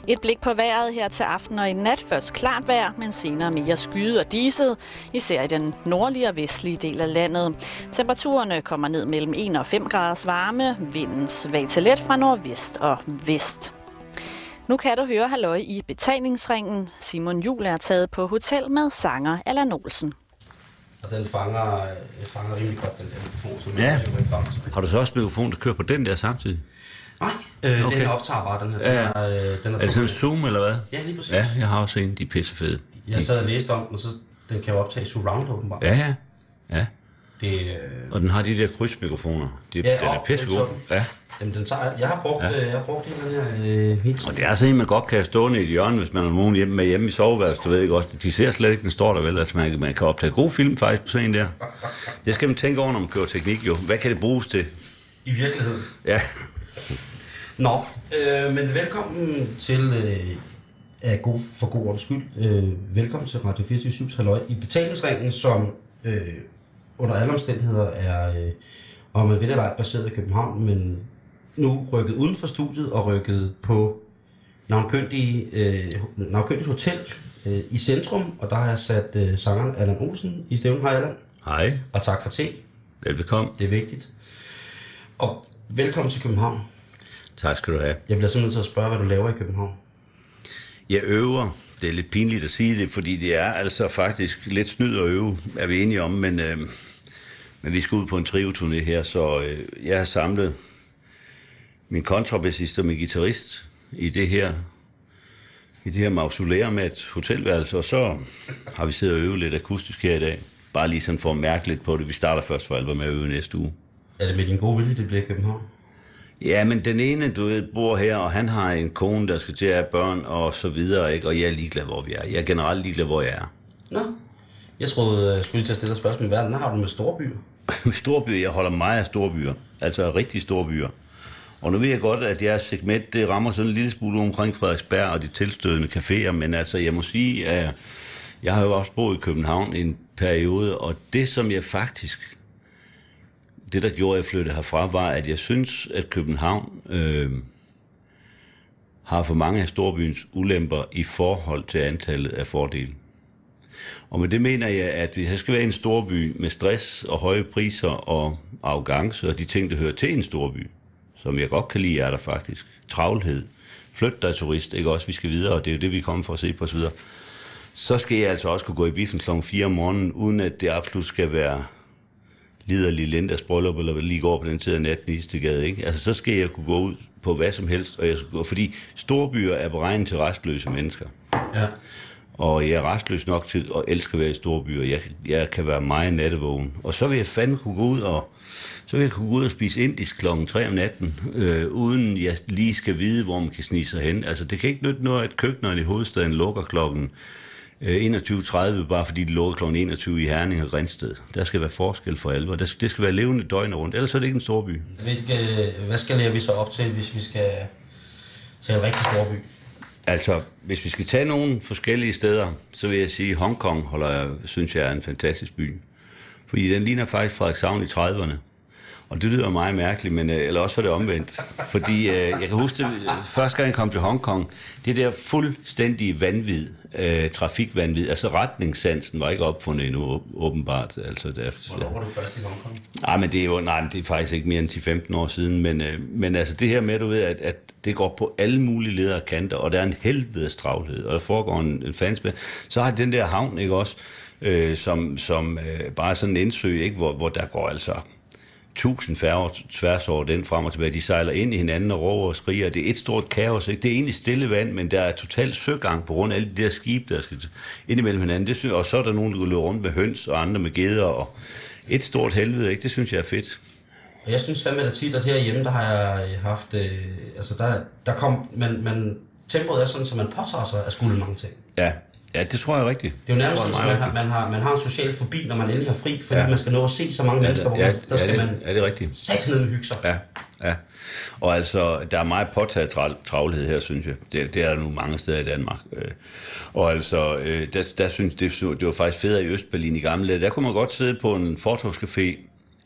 Et blik på vejret her til aften og i nat. Først klart vejr, men senere mere skyet og diset, især i den nordlige og vestlige del af landet. Temperaturerne kommer ned mellem 1 og 5 graders varme, vinden svag til let fra nordvest og vest. Nu kan du høre halløj i betalingsringen. Simon Juhl er taget på hotel med sanger Allan Olsen. Og den fanger rimelig godt, den der mikrofon, som ja. Har du så også mikrofon, der kører på den der samtidig? Nej, okay. Den optager bare den her. Den er det sådan en Zoom, eller hvad? Ja, lige præcis. Ja, jeg har også en, de er pissefede. Jeg sad og læste om den, og så den kan jo optage surround åbenbart. Ja. Og den har de der krydsmikrofoner. Den er pissegod. Ja. Jamen, jeg har brugt den her hele tiden. Og det er sådan en, man godt kan stående i et hjørne, hvis man har nogen hjemme i soveværelset, du ved ikke også. De ser slet ikke, den står der vel. Altså, man kan optage god film faktisk på sådan en der. Det skal man tænke over, når man kører teknik jo. Hvad kan det bruges til? I virkeligheden? Ja. Nå, men velkommen til, for god ordens skyld, velkommen til Radio 24/7's halløj i betalingsringen, som under alle omstændigheder er, om man vil eller ej, baseret i København, men nu rykket uden for studiet og rykket på navnkyndigt hotel i centrum, og der har jeg sat sangeren Allan Olsen i stævnen. Hej Allan. Hej. Og tak for te. Velbekomme. Det er vigtigt. Og velkommen til København. Tak skal du have. Jeg bliver simpelthen til at spørge, hvad du laver i København. Jeg øver. Det er lidt pinligt at sige det, fordi det er altså faktisk lidt snyd at øve, er vi enige om, men vi skal ud på en trioturné her, så jeg har samlet min kontrabassist og min guitarist i det her mausoleum med et hotelværelse, og så har vi siddet og øvet lidt akustisk her i dag. Bare lige sådan for at mærke lidt på det. Vi starter først for alvor med at øve næste uge. Er det med din gode vilje, det bliver i København? Ja, men den ene, du ved, bor her, og han har en kone, der skal til at have børn, og så videre, ikke? Og jeg er ligeglad, hvor vi er. Jeg er generelt ligeglad, hvor jeg er. Nå, jeg troede, jeg skulle til at stille et spørgsmål. Hvad har du med storbyer? Storbyer, jeg holder meget af storbyer. Altså rigtig storbyer. Og nu ved jeg godt, at jeres segment, det rammer sådan en lille smule omkring Frederiksberg og de tilstødende caféer, men altså, jeg må sige, at jeg har jo også boet i København i en periode, og det, som jeg faktisk... Det, der gjorde, at jeg flyttede herfra, var, at jeg synes, at København har for mange af storbyens ulemper i forhold til antallet af fordele. Og med det mener jeg, at hvis jeg skal være en storby med stress og høje priser og arrogance og de ting, der hører til en storby, som jeg godt kan lide, er der faktisk. Travlhed. Flyt dig turist, ikke også? Vi skal videre, og det er jo det, vi kommer for at se på os videre. Så skal jeg altså også kunne gå i biffen kl. 4 om morgenen, uden at det absolut skal være liderlig Lindas bryllup, eller lige går på den tid af natten i Istegade, ikke? Altså, så skal jeg kunne gå ud på hvad som helst, og jeg skal gå, fordi storbyer er beregnet til restløse mennesker. Ja. Og jeg er restløs nok til at elske at være i storbyer. Jeg kan være meget nattevågen. Og så vil jeg fandme kunne gå ud og spise indisk kl. 3 om natten, uden jeg lige skal vide, hvor man kan snige sig hen. Altså, det kan ikke nytte noget, at køkkenerne i hovedstaden lukker klokken 21.30, bare fordi de lukker kl. 21 i Herning og Grindsted. Der skal være forskel for alvor. Det skal være levende døgnet rundt, ellers er det ikke en storby. Hvad skal vi så op til, hvis vi skal til en rigtig storby? Altså, hvis vi skal tage nogle forskellige steder, så vil jeg sige, Hongkong synes jeg er en fantastisk by. Fordi den ligner faktisk Frederikshavn i 30'erne. Og det lyder meget mærkeligt, men eller også er det omvendt. Fordi jeg kan huske, det, første gang jeg kom til Hongkong, det der fuldstændige vanvid, trafikvanvid, altså retningssansen var ikke opfundet endnu, åbenbart. Altså, Hvornår var du først i Hongkong? Nej, men det er faktisk ikke mere end 10-15 år siden, men altså det her med, du ved, at det går på alle mulige leder og kanter, og der er en helvedes travlhed, og der foregår en fanspil. Så har den der havn, ikke også, som bare sådan en indsø, ikke, hvor der går altså 1000 færger tværs over den frem og tilbage. De sejler ind i hinanden og råber og skriger. Det er et stort kaos, ikke? Det er egentlig stille vand, men der er total søgang på grund af alle de der skibe, der skal ind imellem hinanden. Og så er der nogen, der løber rundt med høns og andre med geder. Og et stort helvede, ikke? Det synes jeg er fedt. Og jeg synes fandme, at tit, at herhjemme, der har jeg haft... der kom... tempoet er sådan, så man påtager sig at skulle mange ting. Ja, det tror jeg er rigtigt. Det er jo nærmest sådan, at man har en social fobi, når man endelig har fri, fordi man skal nå at se så mange mennesker, der skal man det er rigtigt. sætte ned med hygge sig. Ja. Og altså, der er meget påtaget travlhed her, synes jeg. Det er der nu mange steder i Danmark. Og altså, der synes det var faktisk federe i Østberlin i gamle dage. Der kunne man godt sidde på en fortovscafé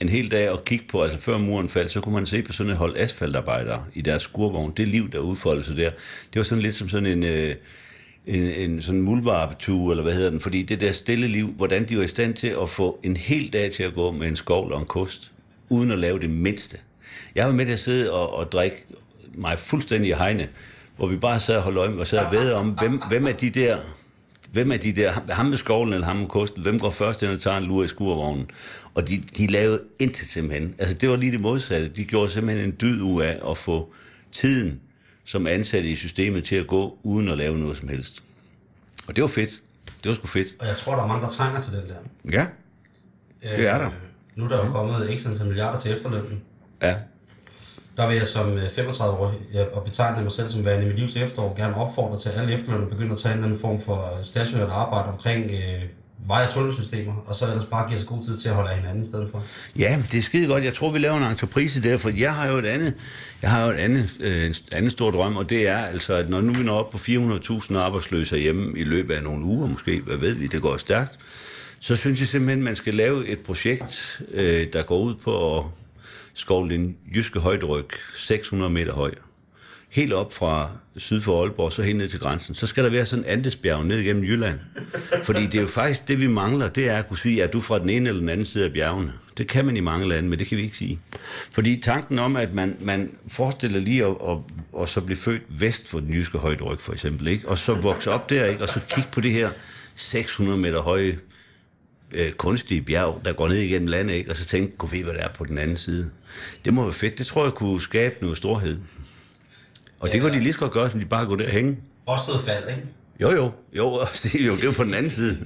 en hel dag og kigge på, altså før muren faldt, så kunne man se på sådan et hold asfaltarbejdere i deres skurvogn. Det liv, der udfoldede sig der, det var sådan lidt som sådan en sådan muldvarpetue, eller hvad hedder den, fordi det der stille liv, hvordan de var i stand til at få en hel dag til at gå med en skovl og en kost, uden at lave det mindste. Jeg var med til at sidde og drikke mig fuldstændig i hegne, hvor vi bare sad og holdt øje og sad og vædede om, hvem er de der, ham med skovlen eller ham med kosten, hvem går først ind og tager en lur i skurvognen? Og de lavede intet simpelthen. Altså det var lige det modsatte. De gjorde simpelthen en dyd ud af at få tiden som ansatte i systemet til at gå, uden at lave noget som helst. Og det var fedt. Det var sgu fedt. Og jeg tror, der er mange, der trænger til den der. Ja, det er der. Nu er der jo kommet ekstra antal milliarder til efterlønnen. Ja. Der vil jeg som 35-årig og betegne mig selv som værende i mit livs efterår gerne opfordre til, at alle efterlønner begynder at tage en eller anden form for stationært arbejde omkring vej- og tunnelsystemer, og så ellers bare giver sig god tid til at holde af hinanden i stedet for. Ja, men det er skide godt. Jeg tror, vi laver en entreprise der, for jeg har jo en anden stor drøm, og det er altså, at når nu vi når op på 400.000 arbejdsløse hjemme i løbet af nogle uger, måske, hvad ved vi, det går stærkt, så synes jeg simpelthen, at man skal lave et projekt, der går ud på at skovle den jyske højderyg 600 meter høj. Helt op fra syd for Aalborg, så helt ned til grænsen. Så skal der være sådan en Andesbjerg ned igennem Jylland. Fordi det er jo faktisk det, vi mangler, det er at kunne sige, at du er fra den ene eller den anden side af bjergene. Det kan man i mange lande, men det kan vi ikke sige. Fordi tanken om, at man forestiller lige at så blive født vest for den jyske højderyg, for eksempel, ikke? Og så vokse op der, ikke? Og så kigge på det her 600 meter høje kunstige bjerg, der går ned igennem landet, ikke? Og så tænke, kunne vi hvad der er på den anden side. Det må være fedt. Det tror jeg kunne skabe noget storhed. Og det kunne de lige så godt gøre, som de bare går der og hænge. Også noget fald, ikke? Jo, det er på den anden side.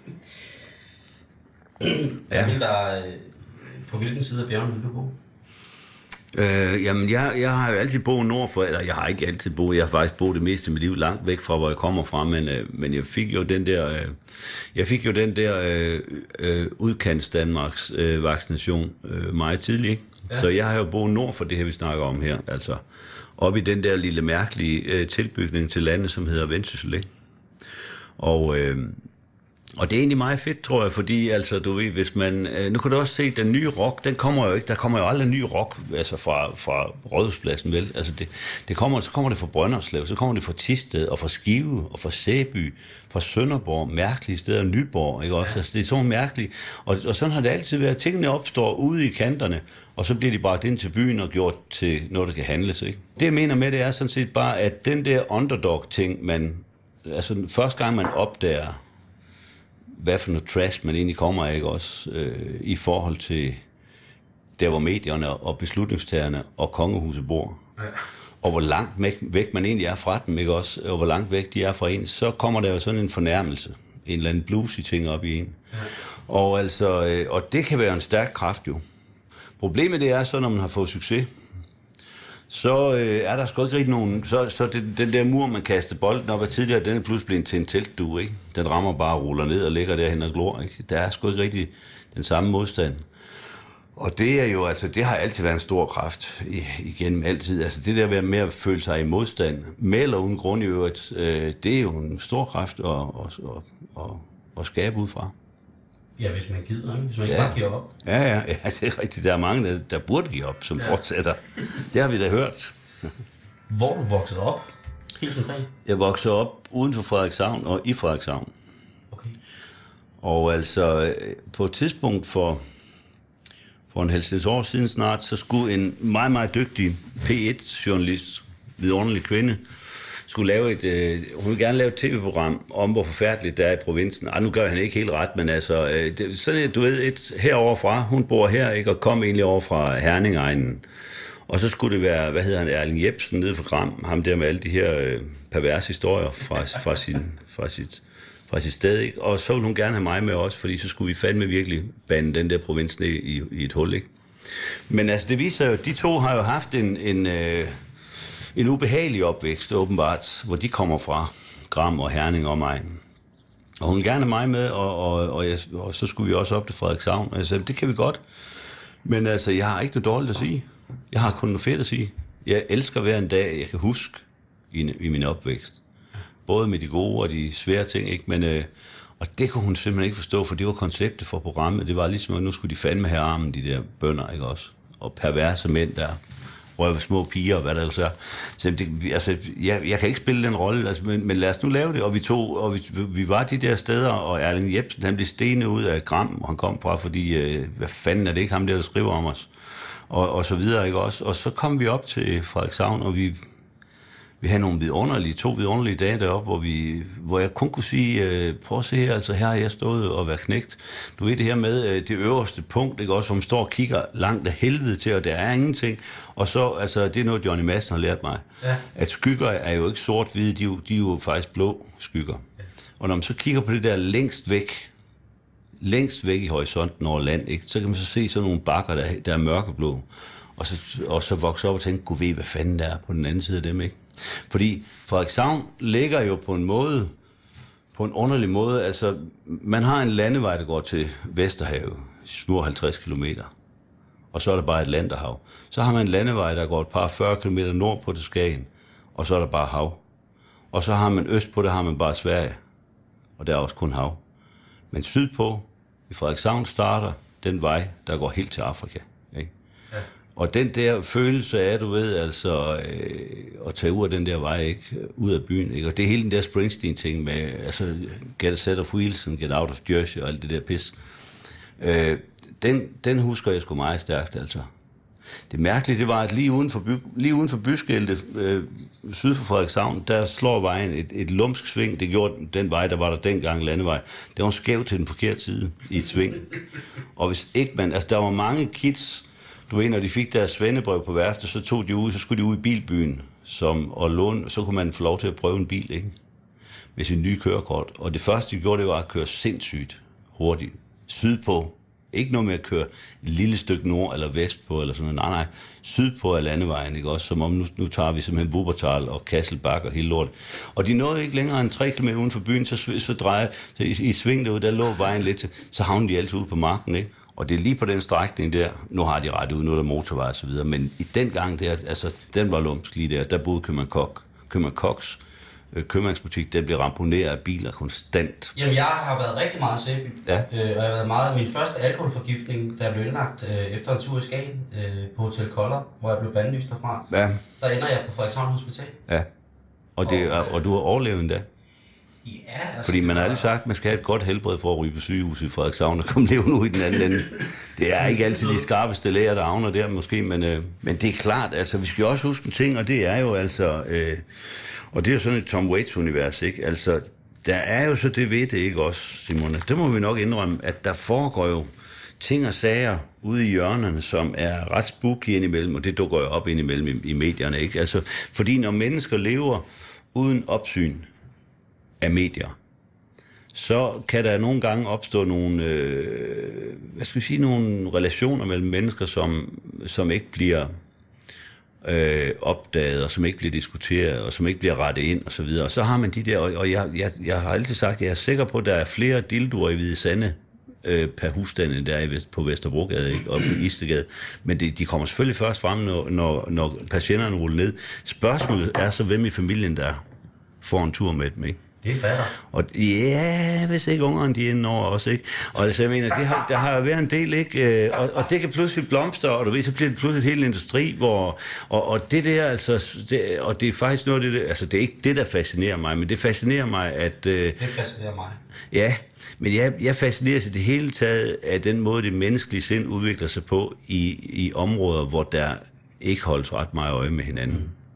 Ja. På hvilken side af bjergene vil du bo? Jamen, jeg har jo altid boet nordfor, eller jeg har ikke altid boet, jeg har faktisk boet det meste af mit liv langt væk fra, hvor jeg kommer fra, men jeg fik jo den der, udkants Danmarks vaccination meget tidligt, ja. Så jeg har jo boet nord for det her, vi snakker om her, altså oppe i den der lille mærkelige tilbygning til landet, som hedder Vendsyssel, ikke? Og det er egentlig meget fedt, tror jeg, fordi altså, du ved, hvis man... nu kan du også se, den nye rock, den kommer jo ikke... Der kommer jo aldrig ny rock altså fra Rådhuspladsen, vel? Altså, så kommer det fra Brønderslev, så kommer det fra Thisted, og fra Skive, og fra Sæby, fra Sønderborg, mærkelige steder, Nyborg, ikke også? Altså, det er så mærkeligt. Og sådan har det altid været. Tingene opstår ude i kanterne, og så bliver de bragt ind til byen og gjort til noget, der kan handles, ikke? Det, jeg mener med, det er sådan set bare, at den der underdog-ting, altså, første gang man opdager, hvad for noget trash man egentlig kommer af, ikke også, i forhold til der, hvor medierne og beslutningstagerne og kongehuset bor. Ja. Og hvor langt væk man egentlig er fra dem, ikke også, og hvor langt væk de er fra en, så kommer der jo sådan en fornærmelse, en eller anden bluesy ting op i en. Ja. Og altså, og det kan være en stærk kraft jo. Problemet det er så, når man har fået succes, så er der sgu ikke rigtig nogen... Så den der mur, man kastede bolden op af tidligere, den er pludselig blevet til en teltdue, ikke? Den rammer bare og ruller ned og ligger derhen og glor, ikke? Der er sgu ikke rigtig den samme modstand. Og det er jo, altså, det har altid været en stor kraft igennem altid. Altså det der med at føle sig i modstand, med eller uden grund i øvrigt, det er jo en stor kraft at skabe ud fra. Ja, hvis man gider, ikke? Hvis man ikke bare giver op. Ja, det er rigtigt. Der er mange, der burde give op, som fortsætter. Det har vi da hørt. Hvor du voksede op? Helt konkret? Jeg voksede op uden for Frederikshavn og i Frederikshavn. Okay. Og altså, på et tidspunkt for en 50 år siden snart, så skulle en meget, meget dygtig P1-journalist, vidunderlig kvinde, skulle lave hun ville gerne lave et tv-program om, hvor forfærdeligt det er i provinsen. Nu gør han ikke helt ret, men altså, sådan du ved, heroverfra, hun bor her, ikke, og kom egentlig over fra Herningegnen. Og så skulle det være, hvad hedder han, Erling Jebsen nede fra Gram, ham der med alle de her perverse historier fra sit sted, ikke? Og så ville hun gerne have mig med også, fordi så skulle vi fandme virkelig bande den der provins ned i et hul, ikke? Men altså, det viser jo, at de to har jo haft en ubehagelig opvækst, åbenbart, hvor de kommer fra, Gram og Herning og mig. Og hun gerne mig med, og så skulle vi også op til Frederikshavn. Og jeg sagde, det kan vi godt. Men altså, jeg har ikke noget dårligt at sige. Jeg har kun noget fedt at sige. Jeg elsker hver en dag, jeg kan huske i min opvækst. både med de gode og de svære ting, ikke? Men, og det kunne hun simpelthen ikke forstå, for det var konceptet for programmet. Det var ligesom, at nu skulle de fandme have armen, de der bønder, ikke også? Og perverse mænd, der røver små piger og hvad der ellers er. Så jeg kan ikke spille den rolle, altså, men lad os nu lave det. Og vi var de der steder, og Erling Jebsen, han blev stenet ud af Gram, hvor han kom fra, fordi hvad fanden er det ikke ham der skriver om os? Og så videre, ikke også? Og så kom vi op til Frederikshavn, og vi havde nogle to vidunderlige dage deroppe, hvor jeg kun kunne sige, prøv at se her, altså her har jeg stået og været knægt. Du ved det her med det øverste punkt, ikke også, som står og kigger langt af helvede til, og der er ingenting. Og så, altså det er noget, Johnny Madsen har lært mig, at skygger er jo ikke sort-hvide, de er jo faktisk blå skygger. Og når man så kigger på det der længst væk i horisonten over land, ikke, så kan man så se sådan nogle bakker, der er mørkeblå. Og så vokser op og tænker, gud ved, hvad fanden der er på den anden side af dem, ikke? Fordi Frederikshavn ligger jo på en underlig måde, altså man har en landevej, der går til Vesterhavet, små 50 kilometer, og så er der bare et Atlanterhav. Så har man en landevej, der går et par 40 kilometer nordpå til Skagen, og så er der bare hav. Og så har man østpå, der har man bare Sverige, og der er også kun hav. Men sydpå, i Frederikshavn, starter den vej, der går helt til Afrika, ikke? Ja. Og den der følelse af, du ved, altså, at tage ud af den der vej, ikke? Ud af byen, ikke? Og det er hele den der Springsteen-ting med, altså, get a set of wheels and get out of Jersey og alt det der pis. Den husker jeg sgu meget stærkt, altså. Det mærkelige, det var, at lige uden for byskiltet, syd for Frederikshavn, der slår vejen et lumsk sving. Det gjorde den vej, der var der dengang landevej. Det var skævt til den forkerte side i et sving. Og hvis ikke man, altså der var mange kids, du ved, når de fik deres svendebrev på værftet, så skulle de ud i bilbyen, og låne, så kunne man få lov til at prøve en bil, ikke? Med sin nye kørekort. Og det første, de gjorde, det var at køre sindssygt hurtigt sydpå. Ikke noget med at køre et lille stykke nord eller vest på, eller sådan noget. Nej, sydpå af landevejen, ikke også? Som om nu tager vi simpelthen Wuppertal og Kasselbak og hele lortet. Og de nåede ikke længere end 3 km uden for byen, så drejer i sving derude, der lå vejen lidt til, så havnede de altid ude på marken, ikke? Og det er lige på den strækning der, nu har de rettet ud, nu er der motorvej og så videre, men i den gang der, altså den var lumsk lige der boede Købmann Koks købmandsbutik, den blev ramponeret af biler konstant. Jamen, jeg har været rigtig meget sæbe, og jeg har været meget min første alkoholforgiftning, der blev indlagt efter en tur i Skagen på Hotel Koller, hvor jeg blev bandlyst derfra. Ja. Der ender jeg på Frederikshavn Hospital. Ja, og du har overlevet endda. Ja, altså, fordi man har altid sagt, at man skal have et godt helbred for at ryge på sygehuset i Frederikshavn og komme levende ud i den anden ende. Det er ikke altid de skarpeste læger, der havner der måske, men det er klart, altså vi skal også huske en ting, og det er jo altså, og det er jo sådan et Tom Waits-univers, ikke? Altså, der er jo så det ved det, ikke også, Simone? Det må vi nok indrømme, at der foregår jo ting og sager ude i hjørnerne, som er ret spooky indimellem, og det dukker jo op indimellem i medierne, ikke? Altså, fordi når mennesker lever uden opsyn af medier, så kan der nogle gange opstå nogle, nogle relationer mellem mennesker, som ikke bliver opdaget, og som ikke bliver diskuteret, og som ikke bliver rettet ind, og så videre. Og så har man de der, og jeg har altid sagt, at jeg er sikker på, at der er flere dildoer i Hvide Sande per husstande der på Vesterbrogade, ikke? Og på Istegade. Men de kommer selvfølgelig først frem, når patienterne ruller ned. Spørgsmålet er så, hvem i familien der får en tur med dem, ikke? Det fatter. Og ja, hvis ikke ungerne de er inde over også, ikke? Og altså, jeg mener, der har været en del, ikke? Og det kan pludselig blomstre, og du ved, så bliver det pludselig en hel industri, hvor... Og det der, altså... og det er faktisk noget af det... Altså, det er ikke det, der fascinerer mig, men det fascinerer mig, at... Det fascinerer mig. Ja, men jeg fascineres i det hele taget af den måde, det menneskelige sind udvikler sig på i områder, hvor der ikke holdes ret meget øje med hinanden.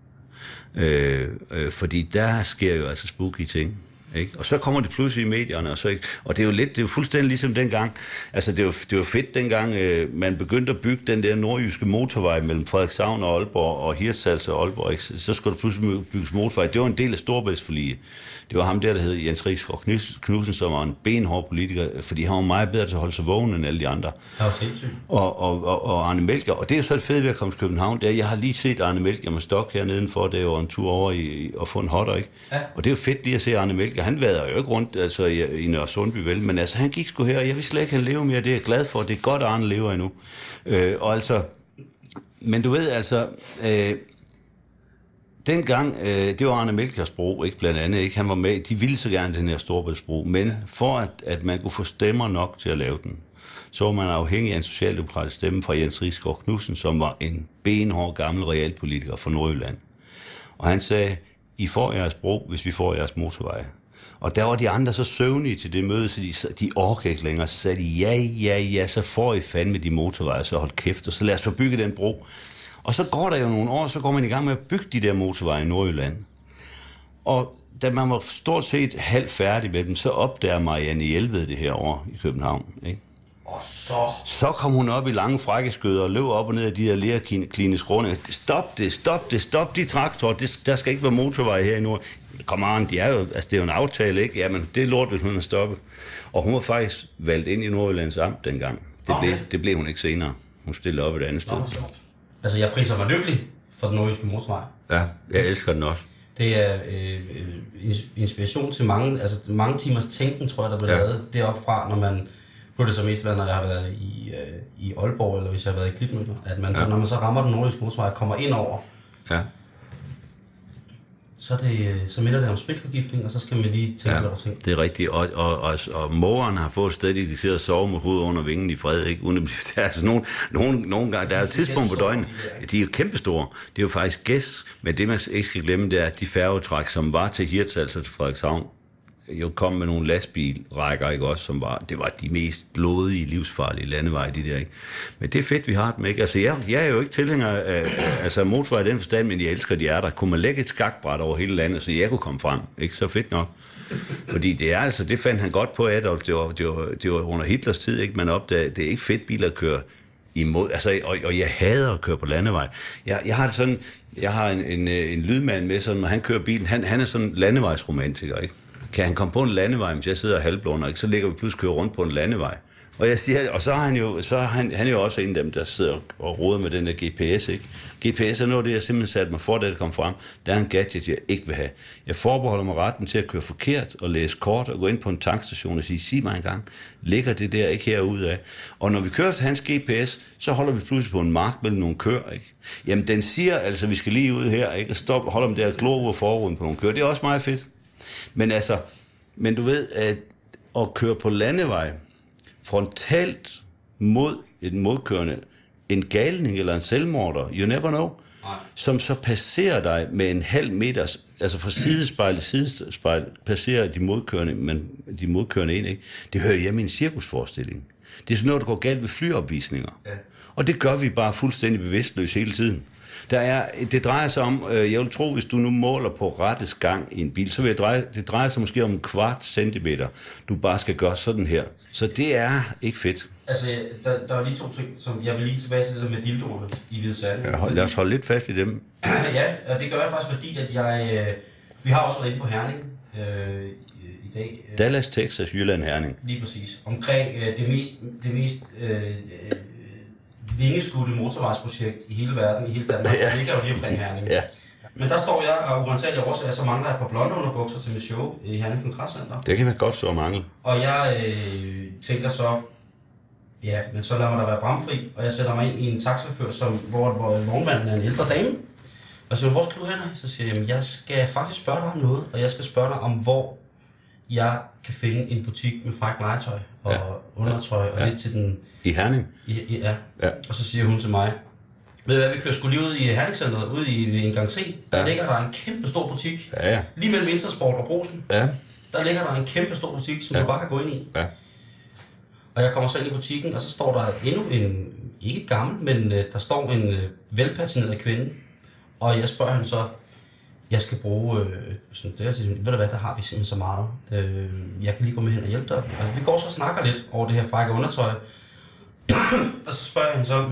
Fordi der sker jo altså spooky ting, ikke? Og så kommer det pludselig i medierne, og det er jo fuldstændig ligesom dengang, altså det var fedt dengang, man begyndte at bygge den der nordjyske motorvej mellem Frederikshavn og Aalborg, og Hirtshals og Aalborg, ikke? Så skulle der pludselig bygges motorvej. Det var en del af Storebæltsforliget. Det var ham der hed Jens Rigsgaard Knudsen, som var en benhård politiker, fordi han var meget bedre til at holde sig vågen end alle de andre. Og Arne Melchior, og det er jo så et fedt ved at komme til København, der jeg har lige set Arne Melchior med stok her nedenfor, det var en tur over og få en hotter, ikke? Ja. Og det er jo fedt lige at se Arne Melchior. Han vader jo ikke rundt altså, i Nørre Sundby, vel, men altså han gik sgu her, og jeg vil slet ikke, han lever mere, det er jeg glad for, det er godt, at Arne lever endnu. Og altså, men du ved altså, dengang, det var Arne Melchiors bro, ikke, blandt andet, ikke? Han var med, de ville så gerne den her Storebæltsbro, men for at man kunne få stemmer nok til at lave den, så var man afhængig af en socialdemokratisk stemme fra Jens Riisgaard Knudsen, som var en benhård gammel realpolitiker fra Nordjylland. Og han sagde, I får jeres bro, hvis vi får jeres motorveje. Og der var de andre så søvnige til det møde, så de orkede ikke længere. Så sagde de, ja, så får I fandme de motorveje, så hold kæft, og så lad os få bygge den bro. Og så går der jo nogle år, så går man i gang med at bygge de der motorveje i Nordjylland. Og da man var stort set halvt færdig med dem, så opdager Marianne Jelved det her år i København, ikke? Og så kom hun op i lange frækkeskøder og løb op og ned af de der lerkliniske grunde. Stop de traktorer, der skal ikke være motorvej her i Nord. Kom an, det er jo en aftale, ikke? Jamen, det er lort, hvis hun har stoppet. Og hun var faktisk valgt ind i Nordjyllands Amt dengang. Det blev hun ikke senere. Hun stillede op et andet sted. Altså, jeg priser mig lykkelig for den nordjyske motorvej. Ja, jeg elsker den også. Det er inspiration til mange timers tænken, tror jeg, der bliver lavet deroppe fra, når man... Nu er det så mest været, når jeg har været i Aalborg, eller hvis jeg har været i Klitmøller, at man, så, når man så rammer den nordjyske motorvej, kommer ind over, så minder det om spritforgiftning, og så skal man lige tænke lidt over ting. Det er rigtigt, og mågerne har fået et sted, de sidder og sover med hovedet under vingen i fred, ikke? Uden at, altså nogle gange, der er jo et tidspunkt på døgnet, de er jo kæmpestore, det er jo faktisk gæs, men det man ikke skal glemme, det er, at de færgetræk, som var til Hirtshals og til Frederikshavn, jo kom med nogle lastbilrækker, ikke også, det var de mest blodige, livsfarlige landeveje, de der, ikke? Men det er fedt, vi har dem, ikke? Altså, jeg er jo ikke tilhænger af motorvej i den forstand, men jeg elsker, de er der. Kunne man lægge et skakbræt over hele landet, så jeg kunne komme frem, ikke? Så fedt nok. Fordi det er altså, det fandt han godt på, Adolf. Det var under Hitlers tid, ikke? Man opdagede, det er ikke fedt biler at køre imod, altså, og jeg hader at køre på landevej. Jeg har sådan, jeg har en lydmand med, sådan, når han kører bilen, han er sådan en landevejsromantiker, ikke? Kan han komme på en landevej, hvis jeg sidder halvblåner, så ligger vi pludselig køre rundt på en landevej. Og jeg siger, og så er han er jo også en af dem, der sidder og roder med den der GPS, ikke? GPS er noget af det, jeg simpelthen satte mig for, da det kom frem. Der er en gadget, jeg ikke vil have. Jeg forbeholder mig retten til at køre forkert og læse kort og gå ind på en tankstation og sige, sig mig engang, ligger det der ikke herude af? Og når vi kører efter hans GPS, så holder vi pludselig på en mark mellem nogle køer, ikke? Jamen, den siger altså, vi skal lige ud her, ikke? Og stop, holder dem der og glor over forruden på nogle køer. Det er også meget fedt. Men du ved, at køre på landevej frontalt mod et modkørende, en galning eller en selvmorder, you never know, som så passerer dig med en halv meters, altså fra sidespejl passerer de modkørende ind, ikke? Det hører hjemme i en cirkusforestilling. Det er sådan noget, der går galt ved flyopvisninger. Ja. Og det gør vi bare fuldstændig bevidstløst hele tiden. Det drejer sig om, jeg vil tro, hvis du nu måler på rettes gang i en bil, så vil det drejer sig måske om en kvart centimeter, du bare skal gøre sådan her. Så det er ikke fedt. Altså, der er lige to ting, som jeg vil lige tilbage til det der med dildoerne i Hvide Sande. Ja, lad os holde lidt fast i dem. Ja, og det gør jeg faktisk, fordi at vi har også været inde på Herning i dag. Dallas, Texas, Jylland, Herning. Lige præcis. Omkring det mest vingeskudte motorvejsprojekt i hele verden, i hele Danmark. Det ligger jo lige omkring Herning. Ja. Men der står jeg, og uansagelige årsager, så mangler jeg et par blonde underbukser til mit show i Herning Kongresscenter. Det kan man godt så mangle. Og jeg tænker så, ja, men så lader mig der være bramfri, og jeg sætter mig ind i en taxachauffør, hvor vognmanden er en ældre dame. Og så siger, hvor skal du hen? Så siger jeg, jeg skal faktisk spørge dig om noget, og jeg skal spørge dig om, hvor jeg kan finde en butik med fræk legetøj og undertøj og lidt til den... I Herning? Ja. Og så siger hun til mig, ved du hvad, vi kører sgu lige ud i Herningscenteret, ude i en gang C. Der ligger der en kæmpe stor butik. Ja. Lige mellem Intersport og Brugsen. Ja. Der ligger der en kæmpe stor butik, som du bare kan gå ind i. Ja. Og jeg kommer så ind i butikken, og så står der endnu en, ikke gammel, men der står en velpatineret kvinde. Og jeg spørger hende så, jeg skal bruge sådan det, og siger, ved du hvad, der har vi simpelthen så meget. Jeg kan lige gå med hen og hjælpe dig. Og vi går så og snakker lidt over det her frække undertøj. Og så spørger jeg hende så,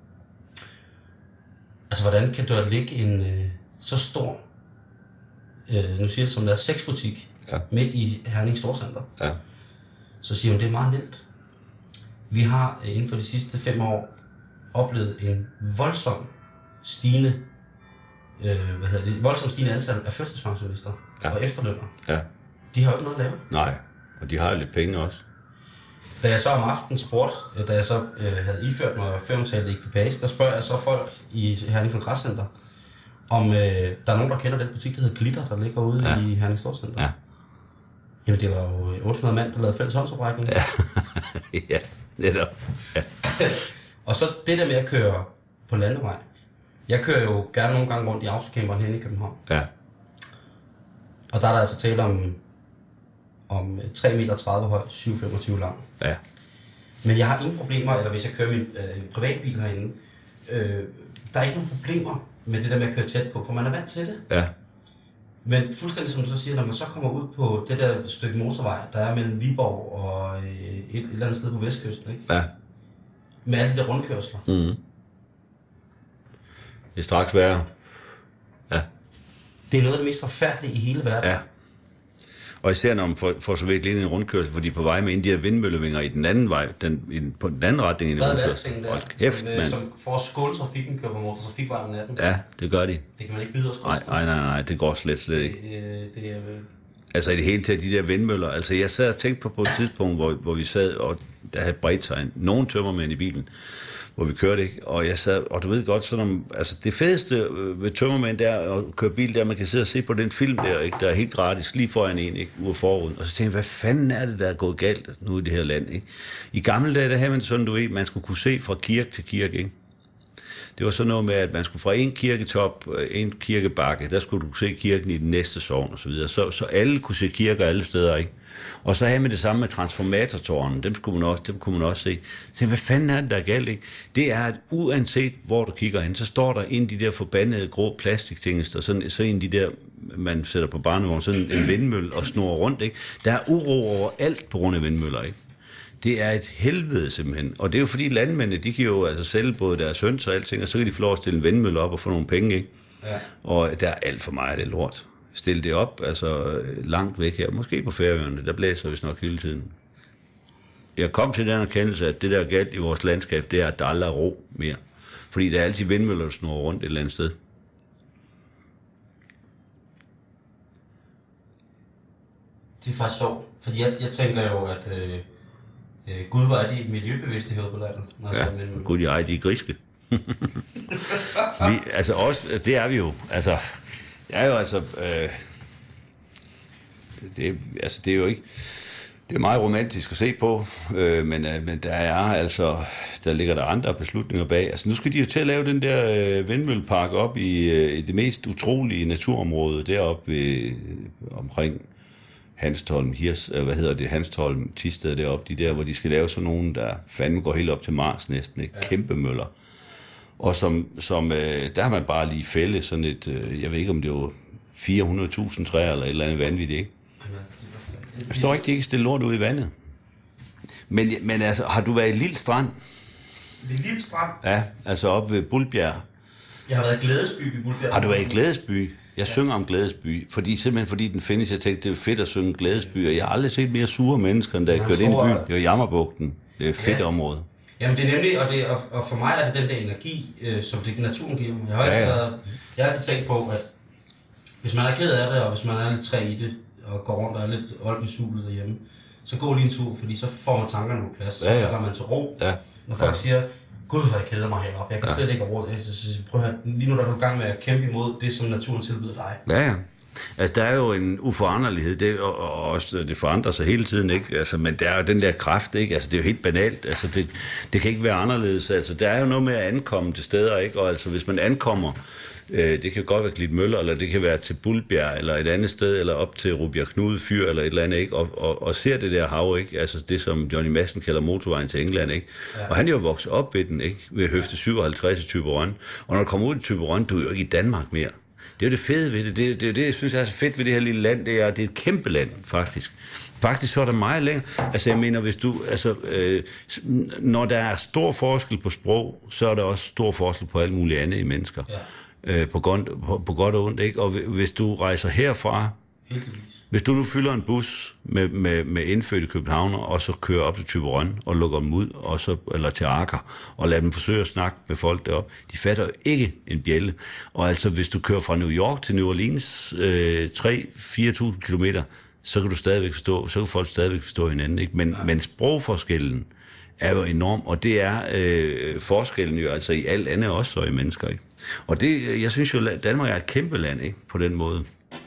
altså hvordan kan der ligge en så stor, nu siger det som der er sexbutik, midt i Herning Storcenter. Ja. Så siger hun, det er meget nemt. Vi har inden for de sidste 5 år oplevet en voldsom stigende antal af førtidspensionister og efterlønnere. Ja. De har jo ikke noget at lave. Nej, og de har lidt penge også. Da jeg så om aftenen spurgte, da jeg så havde iført mig 5-talet ekvipage, der spørger jeg så folk i Herning Kongresscenter, om der er nogen, der kender den butik, der hedder Glitter, der ligger ude i Herning Storcenter. Ja. Jamen, det var jo 800 mand, der lavede fælles håndsoprækning. Ja, ja, netop. Ja. Og så det der med at køre på landevej. Jeg kører jo gerne nogle gange rundt i autocamperen herinde i København. Ja. Og der er der altså tale om 3,30 meter høj, 7,25 lang. Ja. Men jeg har ingen problemer, eller hvis jeg kører min privatbil herinde, der er ikke nogen problemer med det der med at køre tæt på, for man er vant til det. Ja. Men fuldstændig som du så siger, når man så kommer ud på det der stykke motorvej, der er mellem Viborg og et eller andet sted på vestkysten, ikke? Ja. Med alle de der rundkørsler. Mm. Det er straks værre. Ja. Det er noget af det mest forfærdelige i hele verden. Ja. Og især når man får så virkelig en rundkørsel, fordi på vej med de her vindmøllevinger i den anden vej, på den anden retning i rundkørslen. Hold kæft, mand. Som for at skåle trafikken kører på motortrafikvejen om natten. Ja, det gør de. Det kan man ikke byde os. Nej, det går slet ikke. Det er altså i det hele taget, de der vindmøller. Altså jeg sad og tænkte på et tidspunkt, hvor vi sad, og der havde bredt sig nogle tømmermænd i bilen, hvor vi kørte, ikke? Og jeg sad, og du ved godt, sådan altså det fedeste ved tømmermænd, der at køre bil, der man kan sidde og se på den film der, ikke? Der er helt gratis, lige foran en, ikke? Ude forruden. Og så tænkte jeg, hvad fanden er det, der er gået galt nu i det her land, ikke? I gamle dage, der havde man sådan, du ved, man skulle kunne se fra kirke til kirke, ikke? Det var sådan noget med, at man skulle fra en kirketop, en kirkebakke, der skulle du se kirken i den næste sogn og så videre. Så alle kunne se kirker alle steder, ikke? Og så havde man det samme med transformatortårnen, dem kunne man også se. Så hvad fanden er det, der er galt, ikke? Det er, at uanset hvor du kigger hen, så står der en af de der forbandede grå plastiktingester, så en af de der, man sætter på barnevogn, sådan en vindmølle og snurrer rundt, ikke? Der er uro over alt på grund af vindmøller, ikke? Det er et helvede simpelthen. Og det er jo fordi landmændene, de kan jo altså sælge både deres høns og alting, og så kan de få lov at stille en vindmølle op og få nogle penge, ikke? Ja. Og der er alt for meget af det lort. Stil det op, altså langt væk her, måske på Færøerne, der blæser vi nok hele tiden. Jeg kom til den erkendelse, at det der er galt i vores landskab, det er, at der aldrig er ro mere. Fordi der er altid vindmøller, der snurrer rundt et eller andet sted. Det er faktisk sjovt, fordi jeg tænker jo, at Gud, hvor er de miljøbevidste herude på landet. Ja, Gud, de er griske. Altså også, det er vi jo. Altså, det er jo altså... det er jo ikke... Det er meget romantisk at se på, men der er altså... Der ligger der andre beslutninger bag. Altså, nu skal de jo til at lave den der vindmøllepark op i det mest utrolige naturområde, deroppe omkring... Hanstholm, Hanstholm, Thisted deroppe, de der, hvor de skal lave sådan nogen, der fandme går helt op til Mars næsten, ikke? Ja. Kæmpe møller. Og der har man bare lige fældet sådan et, jeg ved ikke om det var 400.000 træer eller et eller andet vanvittigt, ikke? Jeg forstår ikke, de ikke stille lort ud i vandet. Men altså, har du været i Lille Strand? Ved Lille Strand? Ja, altså oppe ved Bulbjerg. Jeg har været i Glædesby i Bulbjerg. Har du været i Glædesby? Jeg synger om Glædesby, simpelthen fordi den findes. Jeg tænkte, det er fedt at synge Glædesby, og jeg har aldrig set mere sure mennesker, end da jeg kørte ind i byen. Det var Jammerbugten. Det er et fedt område. Jamen det er nemlig, og for mig er det den der energi, som det naturen giver mig. Jeg har altid tænkt på, at hvis man er ked af det, og hvis man er lidt træ i det, og går rundt og er lidt oldensulet derhjemme, så gå lige en tur, fordi så får man tankerne på plads, så falder man til ro. Ja. Når folk siger, Gud, hvor jeg keder mig heroppe. Jeg kan slet ikke over. Prøv at høre, lige nu der er du i gang med at kæmpe imod det, som naturen tilbyder dig. Ja. Altså, der er jo en uforanderlighed, og også det forandrer sig hele tiden, ikke? Altså, men der er jo den der kraft, ikke? Altså, det er jo helt banalt. Altså, det kan ikke være anderledes. Altså, der er jo noget med at ankomme til steder, ikke? Og altså, hvis man ankommer, det kan godt være Klitmøller, eller det kan være til Bulbjerg, eller et andet sted, eller op til Rubjerg Knude Fyr, eller et eller andet, ikke? Og ser det der hav, ikke? Altså, det som Johnny Madsen kalder motorvejen til England, ikke? Ja. Og han er jo vokset op ved den, ikke? Ved Høfde 57 i Thyborøn. Og når du kommer ud i Thyborøn, du er jo ikke i Danmark mere. Det er jo det fede ved det. Det er det, jeg synes er så fedt ved det her lille land. Det er et kæmpe land, faktisk. Faktisk så er der meget længere. Altså, jeg mener, hvis du... Altså, når der er stor forskel på sprog, så er der også stor forskel på alt muligt andet i mennesker. Ja. På godt og ondt, ikke? Og hvis du rejser herfra... Hvis du nu fylder en bus med indfødte københavner, og så kører op til Thyborøn og lukker dem ud, og så, eller til Aker, og lader dem forsøge at snakke med folk deroppe, de fatter jo ikke en bjælle. Og altså, hvis du kører fra New York til New Orleans 3-4.000 kilometer, så kan folk stadigvæk forstå hinanden, ikke? Men sprogforskellen er jo enorm, og det er forskellen jo altså i alt andet også, så i mennesker, ikke? Og det, jeg synes jo, at Danmark er et kæmpe land, ikke? På den måde.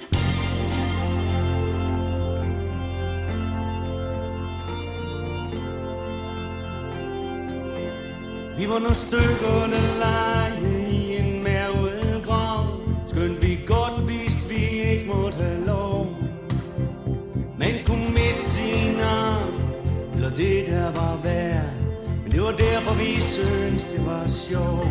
Vi var nogle stykker, der lege i en mærket grav. Skønt vi godt vidste, vi ikke måtte have lov. Man kunne miste sin arm, eller det der var værd. Men det var derfor, vi syntes, det var sjovt.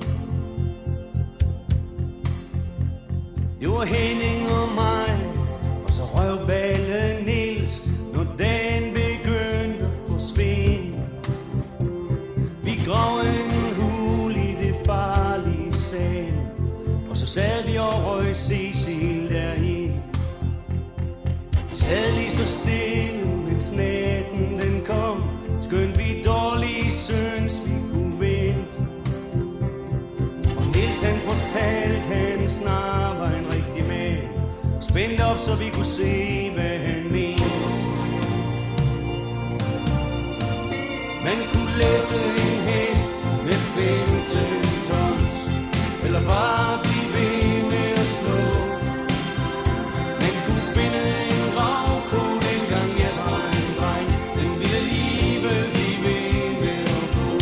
Det var Henning og mig, og så røvballe Niels, når dagen begyndte at forsvinde. Vi gravede en hul i det farlige sand, og så sad vi og røg Cecil derinde. Sad lige så stille, mens natten den kom, skønt vi dårligt syntes, vi kunne vente. Og Niels han fortalte, han snart var en rigtig mand, spændt op, så vi kunne se, hvad han mente. Man kunne læse en hest med 15 tons, eller bare blive ved med at slå. Man kunne binde en ravko, dengang jeg var en dreng, den ville alligevel blive ved med at gå.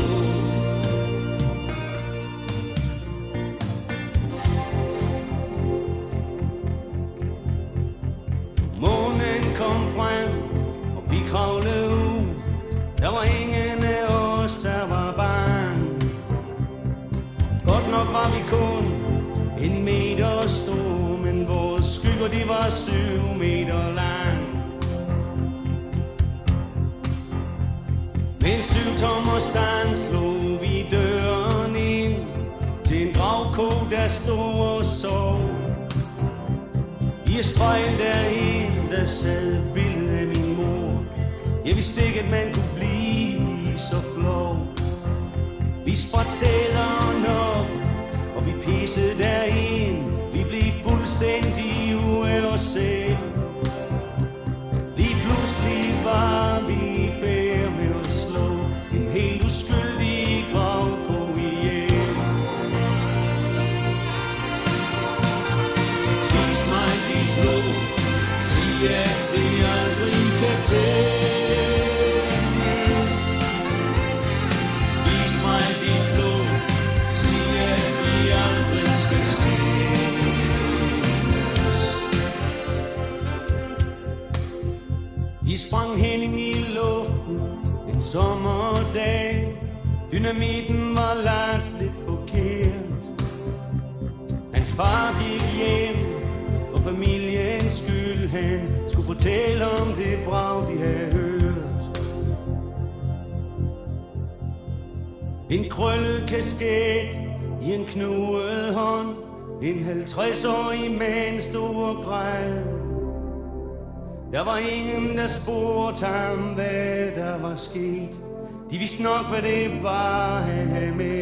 Månen kom frem, og vi kravlede ud. Der var ingen af os, der var bange. Godt nok var vi kun 1 meter store, men vores skygger, de var 7 meter lang. Med en 7-tommer stang slog vi døren ind til en gravko, der stod og sov. I et spejl derinde, der sad billedet af min mor. Jeg vidste ikke, at man kunne blive så flov. Vi sprætte tæderen op, og vi pissede derind. Vi blev fuldstændig ude af os selv. Lige pludselig var vi i færd med at slå en helt uskyldig gravko ihjel. Vis mig dit blod, sig at det aldrig kan tælles. Vis mig dit blod, sig at vi aldrig skal skilles. De sprang hen i luften en sommerdag. Dynamitten var lagt lidt forkert. Hans far gik hjem for familiens skyld. Han skulle fortælle om det brag, de havde hørt. En krøllet kasket i en knurret hånd. En 50-årig mand stod og græd. Der var ingen, der spurgte ham, hvad der var sket. De vidste nok, hvad det var, han havde med.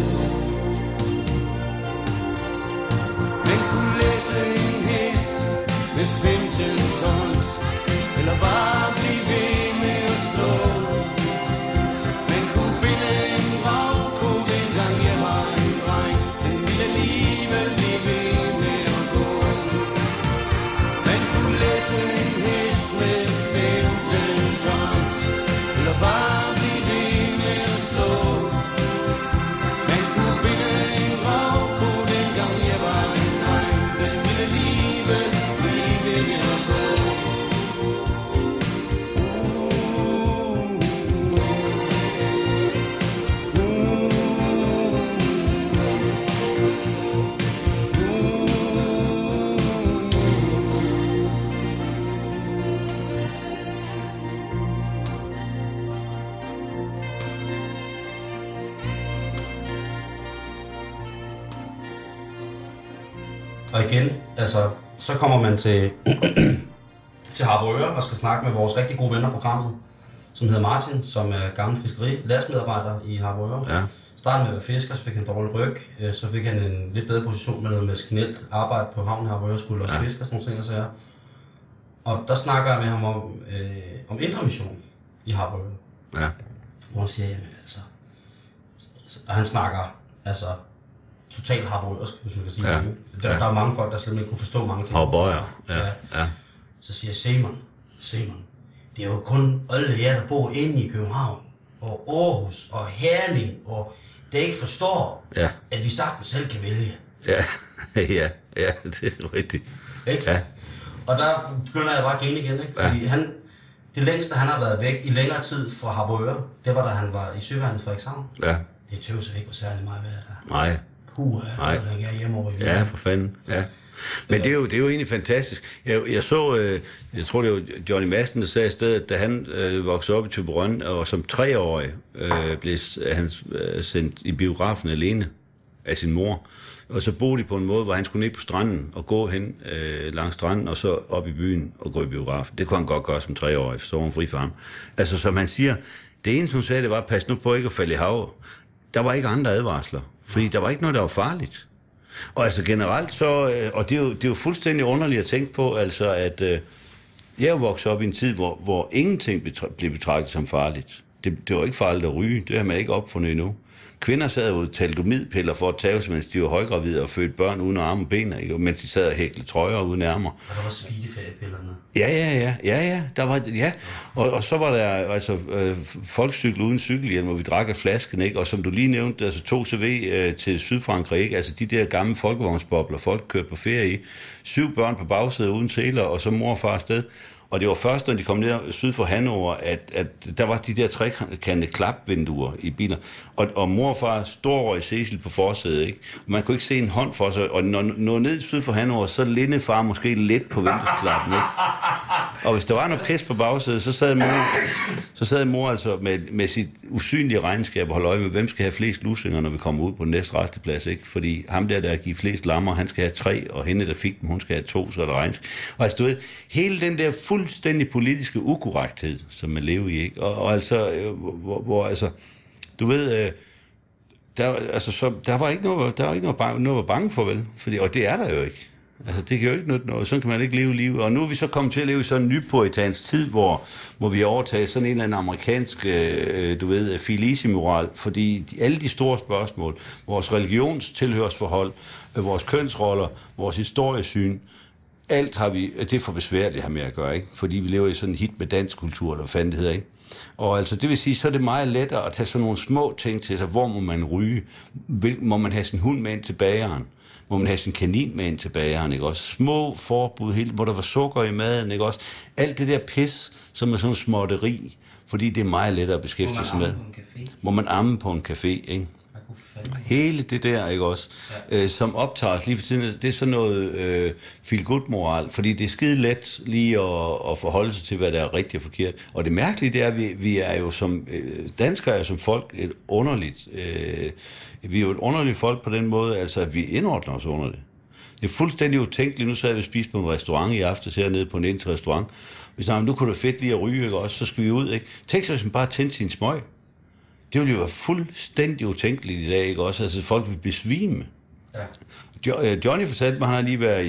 Man kunne læse en hest med 15 tons, eller bare blive ved med at slå. Man kunne binde en ravko, dengang jeg var en dreng. Den ville alligevel blive ved med at gå. Man kunne læse en hest med 15 tons, eller bare blive ved med at slå. Man kunne binde en ravko, dengang jeg var en dreng. Den ville alligevel blive ved med at gå. Og igen, altså, så kommer man til Harboøre og skal snakke med vores rigtig gode venner på programmet, som hedder Martin, som er gammel fiskeri-lastmedarbejder i Harboøre. Ja. Startede med at være fisker, så fik han dårlig ryg, så fik han en lidt bedre position med noget maskinelt arbejde på havnen i Harboøre, skulle også fiske og sådan nogle ting og sager. Og der snakker jeg med ham om Indre Mission i Harboøre. Ja. Hvor han siger, jamen altså, og han snakker altså totalt harborøsk, hvis man kan sige Ja. det. Der er mange folk, der slet ikke kunne forstå mange ting. Havbøjer, ja. Så siger Simon, det er jo kun alle jer, der bor inde i København, og Aarhus, og Herning, og der ikke forstår, at vi sagtens selv kan vælge. Ja, det er rigtigt. Ikke? Ja. Og der begynder jeg bare at grine igen, ikke? Fordi det længste, han har været væk i længere tid fra Harboøre, det var, da han var i Søværnet Frederikshavn. Ja. Det tøvser ikke var særlig meget værd der. Nej. Der er hjemme over i Ja, for fanden, ja. Men det er jo egentlig fantastisk. Jeg så, jeg tror det var Johnny Madsen, der sagde i stedet, da han voksede op i Thyborøn, og som 3-årig blev han sendt i biografen alene af sin mor. Og så boede de på en måde, hvor han skulle ned på stranden og gå hen langs stranden, og så op i byen og gå i biografen. Det kunne han godt gøre som 3-årig, så var han fri for ham. Altså, som han siger, det eneste, hun sagde, det var, pas nu på ikke at falde i havet. Der var ikke andre advarsler, fordi der var ikke noget, der var farligt. Og altså generelt så, og det er jo fuldstændig underligt at tænke på, altså at jeg er vokset op i en tid, hvor ingenting blev betragtet som farligt. Det var ikke farligt at ryge, det har man ikke opfundet endnu. Kvinder sad jo thalidomidpiller for at tage, mens de var højgravide og fødte børn uden arme og ben, ikke? Mens de sad og hæklede trøjer uden ærmer. Og der var speedifærdepillerne. Ja, der var, ja. Og så var der altså folkcykel uden cykelhjelm, og vi drak af flasken, ikke? Og som du lige nævnte, altså 2 CV til Sydfrankrig, ikke? Altså de der gamle folkevognsbobler, folk kørte på ferie i. 7 børn på bagsædet uden seler, og så mor og far afsted. Og det var først, når de kom ned syd for Hannover, at der var de der trekantede klapvinduer i biler. Og mor og far storrøg Cecil på forsædet, ikke? Man kunne ikke se en hånd for sig. Og når ned syd for Hannover, så lindede far måske lidt på vinduesklappen, ikke? Og hvis der var noget pis på bagsædet, så sad mor altså med sit usynlige regnskab og holde øje med, hvem skal have flest lusinger, når vi kommer ud på den næste resteplads, ikke? Fordi ham der giver flest lammer, han skal have 3, og hende, der fik dem, hun skal have 2, så er der regnskab. Og altså, du ved, hele den der fuldstændig politiske ukorrekthed, som man lever i, ikke? Og altså, hvor altså, du ved, der var ikke noget at bange for, vel? Fordi, og det er der jo ikke. Altså, det kan jo ikke noget. Sådan kan man ikke leve livet. Og nu er vi så kommet til at leve i sådan en nypuritansk tid, hvor vi overtager sådan en eller anden amerikansk, du ved, filisi-moral, fordi alle de store spørgsmål, vores religionstilhørsforhold, vores kønsroller, vores historiesyn, alt har vi, det er for besværligt her med at gøre, ikke? Fordi vi lever i sådan en hit med dansk kultur, eller hvad fanden det hedder, ikke? Og altså, det vil sige, så er det meget lettere at tage sådan nogle små ting til sig. Hvor må man ryge? Må man have sin hund med ind til bageren? Må man have sin kanin med ind til bageren, ikke også? Små forbud, helt, hvor der var sukker i maden, ikke også? Alt det der pis, som er sådan en småtteri, fordi det er meget lettere at beskæftige sig med. Må man amme på en café, ikke? Hele det der, ikke også, som optager os lige for tiden, det er sådan noget feel-good-moral, fordi det er skide let lige at forholde sig til, hvad der er rigtigt og forkert. Og det mærkelige, det er, at vi er jo som danskere, som folk et underligt, vi er jo et underligt folk på den måde, altså at vi indordner os under det. Det er fuldstændig utænkeligt. Nu sad vi og spiste på en restaurant i aftes hernede på en indtil restaurant. Vi sagde, nu kunne det fedt lige at ryge, ikke også, så skal vi ud, ikke? Tænk sig, hvis man bare tændte sin smøg. Det ville jo være fuldstændig utænkeligt i dag, ikke også? Altså, folk vil besvime. Ja. Johnny fortalte mig, han har lige været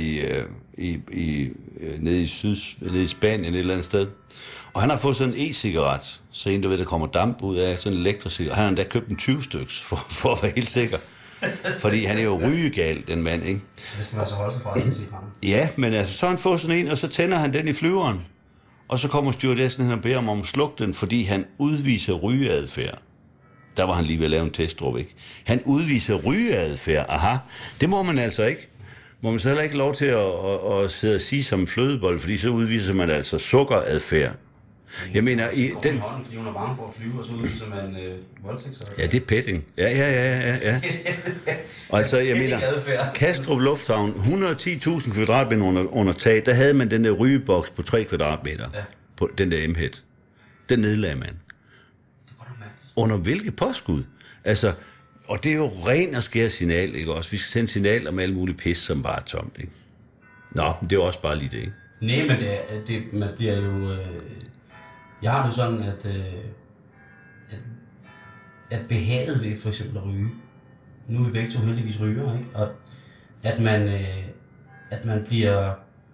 nede i Spanien et eller andet sted. Og han har fået sådan en e-cigaret, så en, du ved, der kommer damp ud af sådan en elektricigaret. Han har endda købt en 20 styks, for at være helt sikker. Fordi han er jo rygegal, den mand, ikke? Det skal man så holde sig fra, den cigaretten. Ja, men altså, så har han fået sådan en, og så tænder han den i flyveren. Og så kommer stewardessen hen og beder om at slukke den, fordi han udviser rygeadfærd. Der var han lige ved at lave en testdrop, ikke? Han udviser rygeadfærd. Aha, det må man altså ikke. Må man så heller ikke lov til at sidde og sige som en flødebold, fordi så udviser man altså sukkeradfærd. Jeg mener, i den... hånden, fordi hun er bange for at flyve, og så udviser man voldtægtsadfærd. Ja, det er petting. Ja. Og altså, jeg mener, Kastrup Lufthavn, 110.000 kvadratmeter under tag, der havde man den der rygeboks på 3 kvadratmeter. Ja. På den der M-head. Den nedlagde man. Under hvilket påskud? Altså, og det er jo ren og skær signal, ikke også? Vi skal sende signal om alle mulige pis, som bare er tomt, ikke? Nå, det er jo også bare lige det, ikke? Nej, men man bliver jo... Jeg har det sådan, at behaget ved for eksempel at ryge. Nu er vi begge to heldigvis ryger, ikke? Og at man bliver...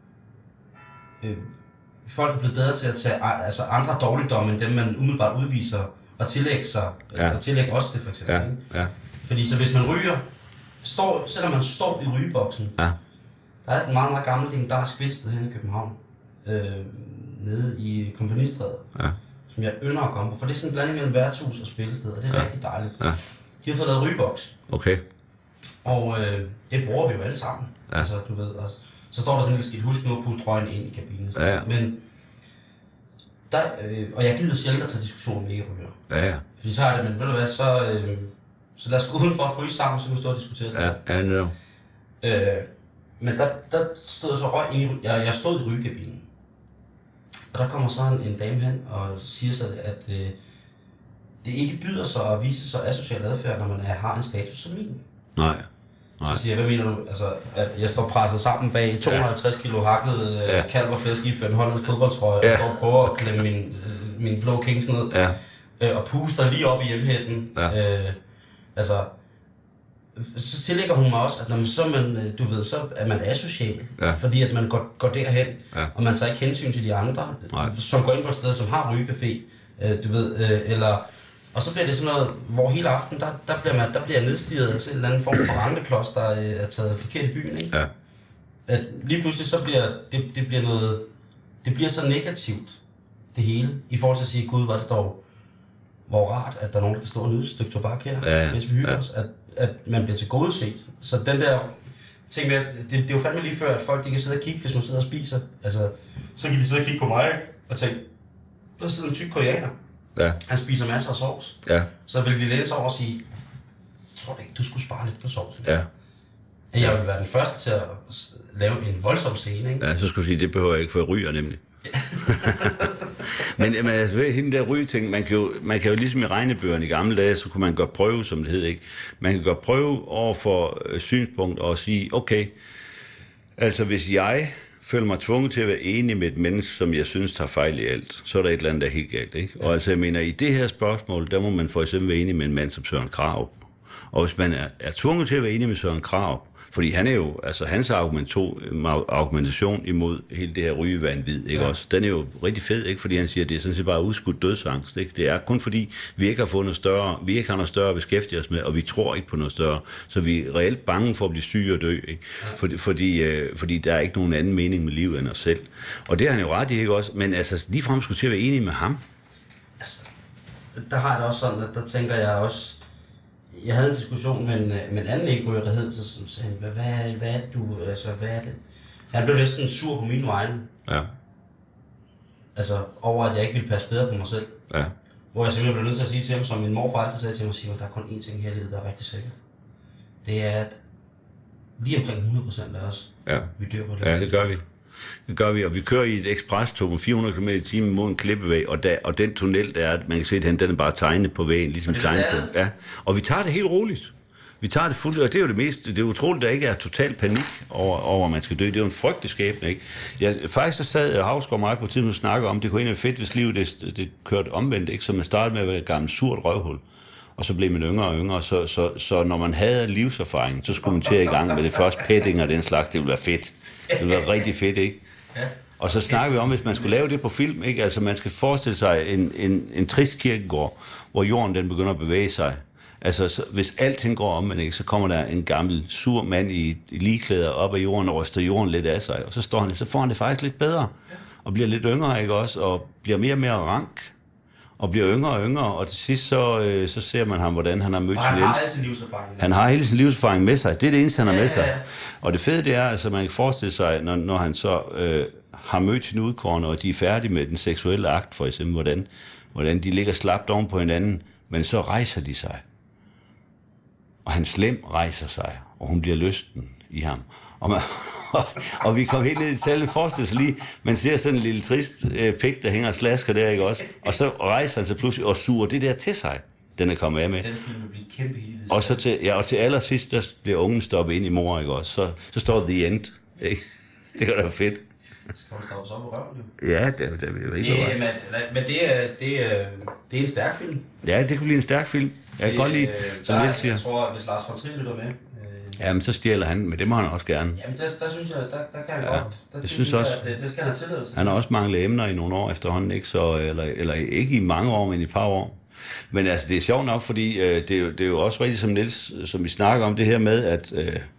folk er blevet bedre til at tage andre dårligdomme, end dem man umiddelbart udviser, og tillægge sig, og tillægge os det for eksempel. Ja. Fordi så hvis man ryger, selvom man står i rygeboksen, Ja. der er et meget, meget gammelt legendarisk spilsted her i København, nede i Komponistrædet, som jeg ynder at komme på, for det er sådan en blanding mellem værtshus og spillested, og det er rigtig dejligt. Ja. De har fået lavet rygeboks. Okay. Og det bruger vi jo alle sammen. Ja. Altså, du ved, og så står der sådan en lille skilt, husk nu at puste røgen ind i kabinen. Ja. Men der, og jeg gider sjældent at tage diskussioner med ikke-ryger. Ja. Fordi så har det, men ved du hvad, så lad os gå udenfor og fryse sammen, så kan vi stå og diskutere det. Ja, no. Men der stod jeg så røg ind i, jeg stod i rygekabinen. Og der kommer så en dame hen og siger så, at det ikke byder sig at vise sig asocial adfærd, når man har en status som min. Nej. Så siger jeg, hvad mener du? Altså, at jeg står presset sammen bag 250 kilo hakket kalv og flæsk i en hollandsk fodboldtrøje, og står og prøver at klemme min blå kings ned, og puster lige op i hjemhætten. Altså, så tillægger hun mig også, at når man, så er man asocial, fordi at man går derhen, og man tager ikke hensyn til de andre, som går ind på et sted, som har rygecafé, du ved, eller... Og så bliver det sådan noget, hvor hele aften, der bliver jeg nedstirret af en eller anden form for rangleklods, der er taget forkert i byen, ikke? Ja. At lige pludselig så bliver det bliver noget, det bliver så negativt, det hele, i forhold til at sige, gud, var det dog, hvor rart, at der er nogen, der kan stå og nyde et stykke tobak her, hvis vi hygger os, at man bliver tilgodeset. Så den der ting med, det er jo fandme lige før, at folk de kan sidde og kigge, hvis man sidder og spiser. Altså, så kan de sidde og kigge på mig, og tænke, der sidder en tyk koreaner. Ja. Han spiser masser af sovs. Ja. Så vil de læne sig over og sige, tror du ikke, du skulle spare lidt på sovsen? Ja. Jeg vil være den første til at lave en voldsom scene, ikke? Ja, så skulle du sige, det behøver jeg ikke, for jeg ryger nemlig. men altså, ved hende der rygeting, man kan jo ligesom i regnebøgerne i gamle dage, så kunne man gøre prøve, som det hed, ikke? Man kan gøre prøve over for synspunkt og sige, okay, altså hvis jeg føler mig tvunget til at være enig med et menneske, som jeg synes tager fejl i alt, så er der et eller andet, der er helt galt, ikke? Ja. Og altså, jeg mener, i det her spørgsmål, der må man for eksempel være enig med en mand som Søren Krarup. Og hvis man er tvunget til at være enig med Søren Krarup, fordi han er jo, altså hans argumentation imod hele det her rygevanvid, ikke også? Den er jo rigtig fed, ikke? Fordi han siger, at det er sådan set bare udskudt dødsangst, ikke? Det er kun fordi, vi ikke har noget større at beskæftige os med, og vi tror ikke på noget større. Så vi er reelt bange for at blive syge og dø, ikke? Fordi der er ikke nogen anden mening med livet end os selv. Og det har han jo ret i, ikke også? Men altså, ligefrem skulle til at være enig med ham. Altså, der har jeg det også sådan, at der tænker jeg også, jeg havde en diskussion med en anden ikke-ryger, der hed, så sagde han, hvad er det, du, altså, hvad er det? Han blev næsten sur på mine vegne. Ja. Altså, over at jeg ikke ville passe bedre på mig selv. Ja. Hvor jeg simpelthen blev nødt til at sige til ham, som min morfar altid sagde til mig, Simon, der er kun én ting her i livet, der er rigtig sikkert. Det er, at lige omkring 100% af os, vi dør på det. Ja, det gør vi. Det gør vi, og vi kører i et eksprestog med 400 km/t mod en klippevæg, og den tunnel, der er, man kan se, at den er bare tegnet på væggen, ligesom tegnet på. Ja. Og vi tager det helt roligt. Vi tager det fuldt, og det er jo det er utroligt, der ikke er total panik over, at man skal dø. Det er jo en frygtelig skæbne, ikke? Faktisk så sad Hausgaard mig på tiden og snakkede om, det kunne egentlig være fedt, hvis livet det kørte omvendt, ikke? Så man startede med at være et gammelt surt røvhul, og så blev man yngre og yngre, så når man havde livserfaring, så skulle man til i gang med det første petting og den slags, det ville være fedt. Det ville være rigtig fedt, ikke? Ja. Og så snakker vi om, hvis man skulle lave det på film, ikke? Altså man skal forestille sig en trist kirkegård, hvor jorden den begynder at bevæge sig. Altså hvis alting går om, ikke? Så kommer der en gammel sur mand i ligeklæder op af jorden og ryster jorden lidt af sig, og så får han det faktisk lidt bedre, og bliver lidt yngre, ikke også? Og bliver mere og mere rank, og bliver yngre og yngre, og til sidst så ser man ham, hvordan han har mødt sin livserfaring. Han har hele sin livserfaring med sig. Det er det eneste, han har med sig. Ja. Og det fede, det er, altså man kan forestille sig, når han så har mødt sin udkårne, og de er færdige med den seksuelle akt, for eksempel, hvordan de ligger slapt oven på hinanden, men så rejser de sig. Og hans lem rejser sig, og hun bliver lysten i ham. Og vi kom helt ned i detaljen, forestille sig lige, man ser sådan en lille trist pik, der hænger og slasker der, ikke også? Og så rejser han sig pludselig og suger det der til sig, den er kommet af med. Den film bliver kæmpe hivet. Og så til allersidst, der bliver ungen stoppet ind i mor, ikke også? Så står the end, ikke? Det var da fedt. Skal du stoppe så på røven? Ja, det er ikke men det er en stærk film. Ja, det kunne blive en stærk film. Jeg kan godt lide, som jeg siger. Jeg tror, hvis Lars von Trier lytter med, jamen, så stjæler han, men det må han også gerne. Jamen, der synes jeg, der kan han godt. Jeg synes også, det skal han have tilladelse til. Han har også manglet emner i nogle år efterhånden, ikke? Så, eller ikke i mange år, men i et par år. Men altså, det er sjovt nok, fordi det er jo også rigtigt, som Niels, som vi snakker om, det her med, at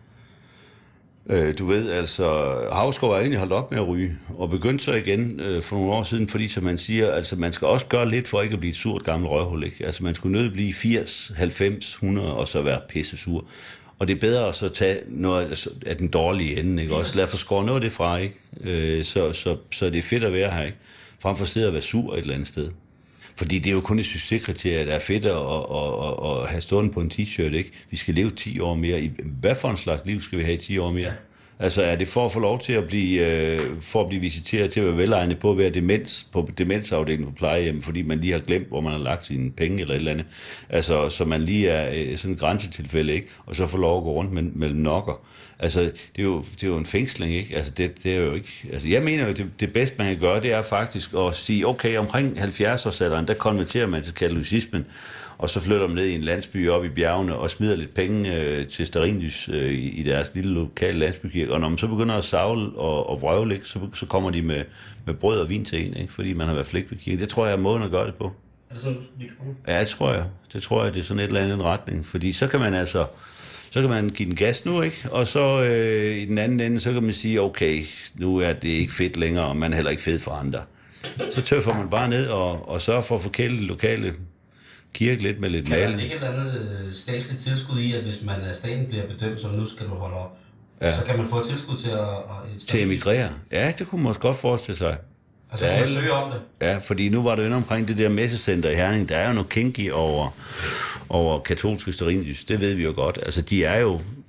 du ved, altså, Hausgaard har egentlig holdt op med at ryge, og begyndte så igen for nogle år siden, fordi, som man siger, altså, man skal også gøre lidt for ikke at blive et surt gammelt røghul, ikke? Altså, man skulle nødt blive 80, 90, 100, og så være pissesur. Og det er bedre at så tage noget af den dårlige ende, ikke? Også lad for skåre noget af det fra, ikke? Så det er fedt at være her, ikke? Frem for at sidde og være sur et eller andet sted. Fordi det er jo kun et succeskriterie, der er fedt at have stående på en t-shirt, ikke? Vi skal leve 10 år mere. Hvad for en slags liv skal vi have i 10 år mere? Altså, er det for at få lov til at blive visiteret til at være velegnet på at være på demensafdelingen på plejehjem, fordi man lige har glemt, hvor man har lagt sine penge eller et eller andet. Altså, så man lige er sådan et grænsetilfælde, ikke? Og så får lov at gå rundt mellem nokker. Altså, det er jo en fængsling, ikke? Altså, det er jo ikke... Altså, jeg mener jo, det bedste, man kan gøre, det er faktisk at sige, okay, omkring 70-årsalderen, der konverterer man til katolicismen, og så flytter man ned i en landsby op i bjergene og smider lidt penge til stearinlys i deres lille lokale landsbykirke. Og når man så begynder at savle og vrøvle, så kommer de med brød og vin til en, ikke? Fordi man har været flink ved kirken. Det tror jeg er måden at gøre det på. Er det sådan, de kommer? Ja, det tror jeg. Det er sådan et eller andet retning. Fordi så kan man give den gas nu, ikke? Og så i den anden ende, så kan man sige, okay, nu er det ikke fedt længere, og man er heller ikke fed for andre. Så tøffer man bare ned og sørger for at forkæle lokale kirke lidt med lidt maling. Kan der ikke et eller andet statsligt tilskud i, at hvis man af staten bliver bedømt, så nu skal du holde op, så kan man få et tilskud til at emigrere? Ja, det kunne man også godt forestille sig. Altså kan man søge om det? Ja, fordi nu var det jo omkring det der messecenter i Herning. Der er jo noget kinky over katolske stearinlys. Det ved vi jo godt. Altså, de er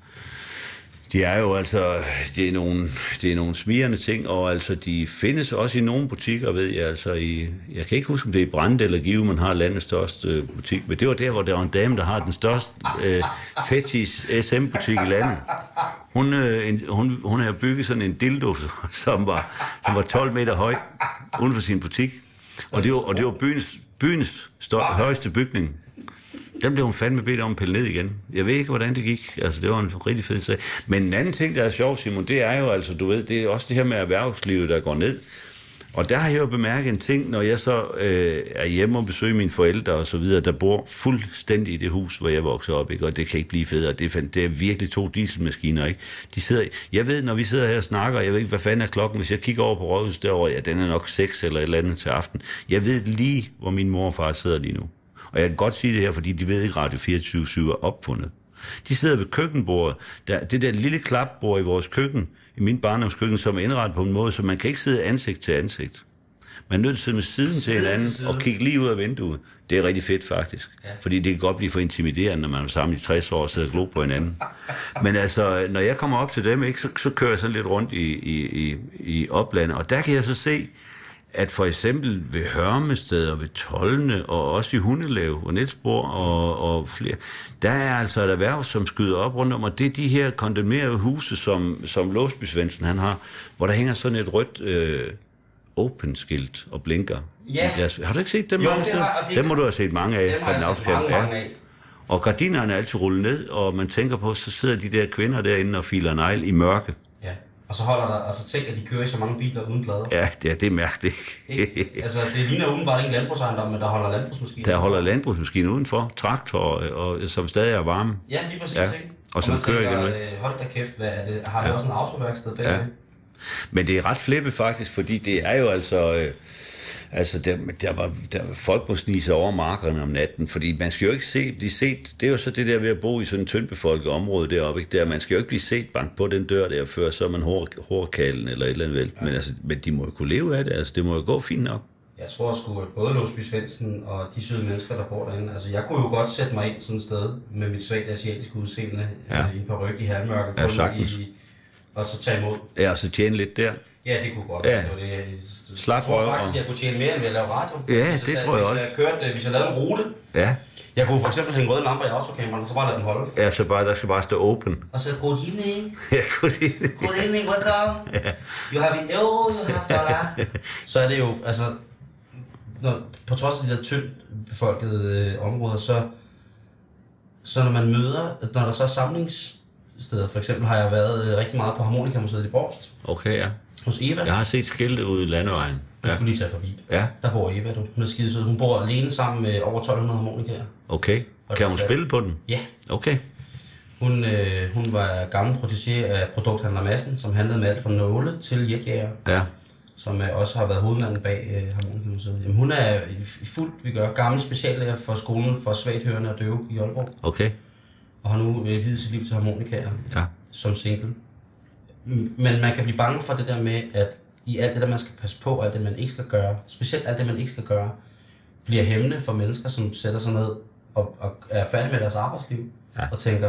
jo altså, det er nogle smirrende ting, og altså, de findes også i nogle butikker, ved jeg, altså jeg kan ikke huske, om det er i Brande eller Give, man har landets største butik, men det var der, hvor der var en dame, der har den største fetish SM-butik i landet. Hun har bygget sådan en dildo, som var 12 meter høj, uden for sin butik, og det var byens højeste bygning. Den blev hun fandme bedt om at pille ned igen. Jeg ved ikke, hvordan det gik. Altså, det var en rigtig fed sag. Men en anden ting, der er sjov, Simon, det er jo altså, du ved, det er også det her med erhvervslivet, der går ned. Og der har jeg jo bemærket en ting, når jeg så er hjemme og besøger mine forældre og så videre, der bor fuldstændig i det hus, hvor jeg voksede op, ikke? Og det kan ikke blive federe. Det er virkelig 2 dieselmaskiner, ikke? Jeg ved, når vi sidder her og snakker, jeg ved ikke, hvad fanden er klokken, hvis jeg kigger over på Rådhuset derovre, ja, den er nok 6 eller et eller andet til aften. Jeg ved lige, hvor min mor og far sidder lige nu. Og jeg kan godt sige det her, fordi de ved ikke, Radio 24/7 er opfundet. De sidder ved køkkenbordet. Det der lille klapbord i vores køkken, i min barndomskøkken, som er indrettet på en måde, så man kan ikke sidde ansigt til ansigt. Man er nødt til at sidde med siden til hinanden og kigge lige ud af vinduet. Det er rigtig fedt, faktisk. Ja. Fordi det kan godt blive for intimiderende, når man er sammen i 60 år og sidder og glor på hinanden. Men altså, når jeg kommer op til dem, ikke, så kører jeg så lidt rundt i oplandet. Og der kan jeg så se, at for eksempel ved Hørmested og ved Tolne, og også i Hundelev og Nielsborg og flere, der er altså et erhverv, som skyder op rundt om, og det er de her kondemnerede huse, som Låsby Svendsen han har, hvor der hænger sådan et rødt open-skilt og blinker. Ja. Har du ikke set dem? Jo, mange steder? Dem må du have set mange af. Dem har jeg set mange af. Og gardinerne er altid rullet ned, og man tænker på, så sidder de der kvinder derinde og filer negl i mørke. Ja. Og så holder der, og så tænker de kører i så mange biler uden plader. Ja, det er mærkeligt. Altså, det ligner udenbart ikke en landbrugsejendom, men der holder landbrugsmaskiner. Der holder landbrugsmaskiner udenfor, traktorer, og som stadig er varme. Ja, lige præcis, ikke? Og som kører igen med. Hold da kæft, hvad er det? Har det også en autoværksted bagved? Ja. Men det er ret flippet faktisk, fordi det er jo altså... folk må snige sig over markerne om natten, fordi man skal jo ikke blive set, det er jo så det der ved at bo i sådan et tyndbefolket område deroppe, ikke? Der, man skal jo ikke blive set bank på den dør der, før så er man hårdkalden eller et eller andet vel, ja. Men de må jo kunne leve af det, altså det må jo gå fint nok. Jeg tror sgu, at både Låsby Svendsen og de søde mennesker, der bor derinde, altså jeg kunne jo godt sætte mig ind sådan et sted med mit svagt asiatiske udseende i en paryk i halvmørke, og så tage imod. Ja, og så tjene lidt der. Ja, det kunne godt. Ja. Jeg tror faktisk, jeg kunne tjene mere, end ved at lave radio. Ja, det tror jeg også. Hvis jeg lavede en rute. Ja. Jeg kunne for eksempel hænge røde lamper i autocamperen, og så bare lade den holde. Ja, der skal bare stå open. Og så, good evening. Ja, good evening. Good evening, welcome. Ja. You have it, you have dollar. Så er det jo, altså, på trods af de der tyndt befolkede områder, så når man møder, når der så er samlingssteder, for eksempel har jeg været rigtig meget på Harmonikamuseet i Borst. Okay, ja. Hos Eva. Jeg har set skiltet ude i landevejen. Du skulle lige tage forbi. Ja. Der bor Eva, du. Hun er skidesød. Hun bor alene sammen med over 1200 harmonikaer. Okay. Kan hun spille på den? Ja. Okay. Hun var gammel protégé af produkthandler Madsen, som handlede med alt fra nåle til jetjæger. Ja. Som også har været hovedmanden bag Harmonikamuseet. Jamen, hun er i fuldt, vi gør, gammel speciallærer for skolen for svagt hørende og døve i Aalborg. Okay. Og har nu videt sit liv til harmonikaer som single. Men man kan blive bange for det der med, at i alt det der, man skal passe på, alt det, man ikke skal gøre, specielt alt det, man ikke skal gøre, bliver hæmmende for mennesker, som sætter sig ned og er færdige med deres arbejdsliv, og tænker,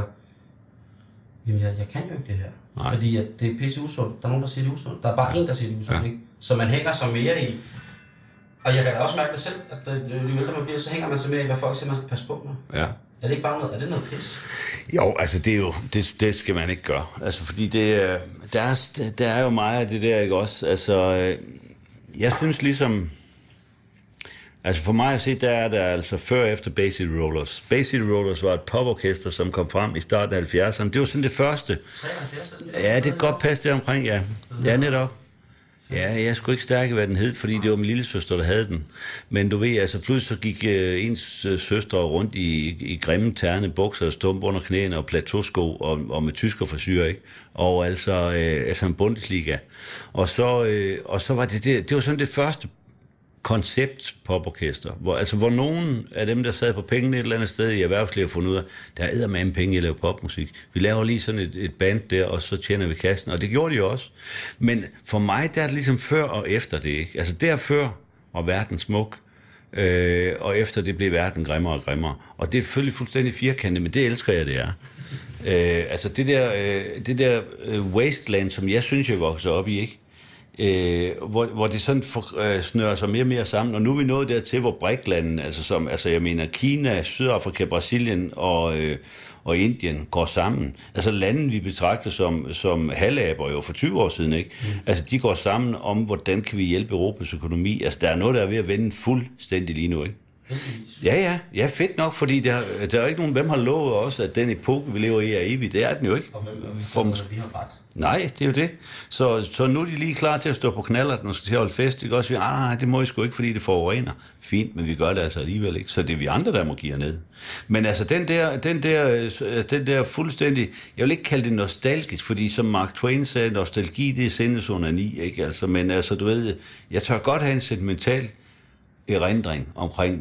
jamen jeg kan jo ikke det her. Nej. Fordi at det er pisse usundt. Der er nogen, der siger det usundt. Der er bare en, der siger det usundt, ikke? Så man hænger sig mere i. Og jeg kan da også mærke det selv, at jo ældre man bliver, så hænger man sig mere i, hvad folk siger, man skal passe på med. Ja. Er det ikke bare noget, er det noget pis? Jo, altså det er jo, det skal man ikke gøre. Altså fordi der er jo meget af det der, ikke også? Altså, jeg synes ligesom, altså for mig at se, der er der altså før og efter Bay City Rollers. Bay City Rollers var et poporkester, som kom frem i starten af 70'erne. Det var sådan det første. 73? Ja, det kan godt passe det omkring, ja. Ja, netop. Ja, jeg skulle ikke stærke, hvad den hed, fordi det var min lille søster, der havde den. Men du ved, altså pludselig så gik ens søster rundt i grimme terne bukser og stump under knæene og plateausko og med tyskerforsyre, ikke? Og altså en Bundesliga. Og så var det var sådan det første koncept poporkester, hvor nogen af dem, der sad på pengene et eller andet sted i erhvervslivet, har fundet ud af, der er eddermame penge i at lave popmusik. Vi laver lige sådan et band der, og så tjener vi kassen, og det gjorde de jo også. Men for mig, der er det ligesom før og efter det, ikke? Altså derfør var verden smuk, og efter det blev verden grimmere og grimmere. Og det er selvfølgelig fuldstændig firkantet, men det elsker jeg, det er. Altså det der wasteland, som jeg synes, jeg voksede op i, ikke? Hvor det sådan snører sig mere og mere sammen, og nu er vi nået dertil, hvor BRIC-landen, altså jeg mener Kina, Sydafrika, Brasilien og Indien går sammen. Altså lande, vi betragter som halvaber jo for 20 år siden, ikke? Altså de går sammen om, hvordan kan vi hjælpe Europas økonomi. Altså der er noget, der er ved at vende fuldstændig lige nu, ikke? Ja, fedt nok, fordi der er ikke nogen, hvem har lovet også, at den epoke, vi lever i, er evig. Det er den jo ikke. Og vi har ret. Nej, det er jo det. Så nu er de lige klar til at stå på knallerten og skal til at holde fest. Ikke? Også nej, det må I sgu ikke, fordi det forurener. Fint, men vi gør det altså alligevel ikke. Så det er vi andre, der må give ned. Men altså den der fuldstændig, jeg vil ikke kalde det nostalgisk, fordi som Mark Twain sagde, nostalgi, det er sindesonani, ikke? Altså, men altså, du ved, jeg tør godt have en sentimental erindring omkring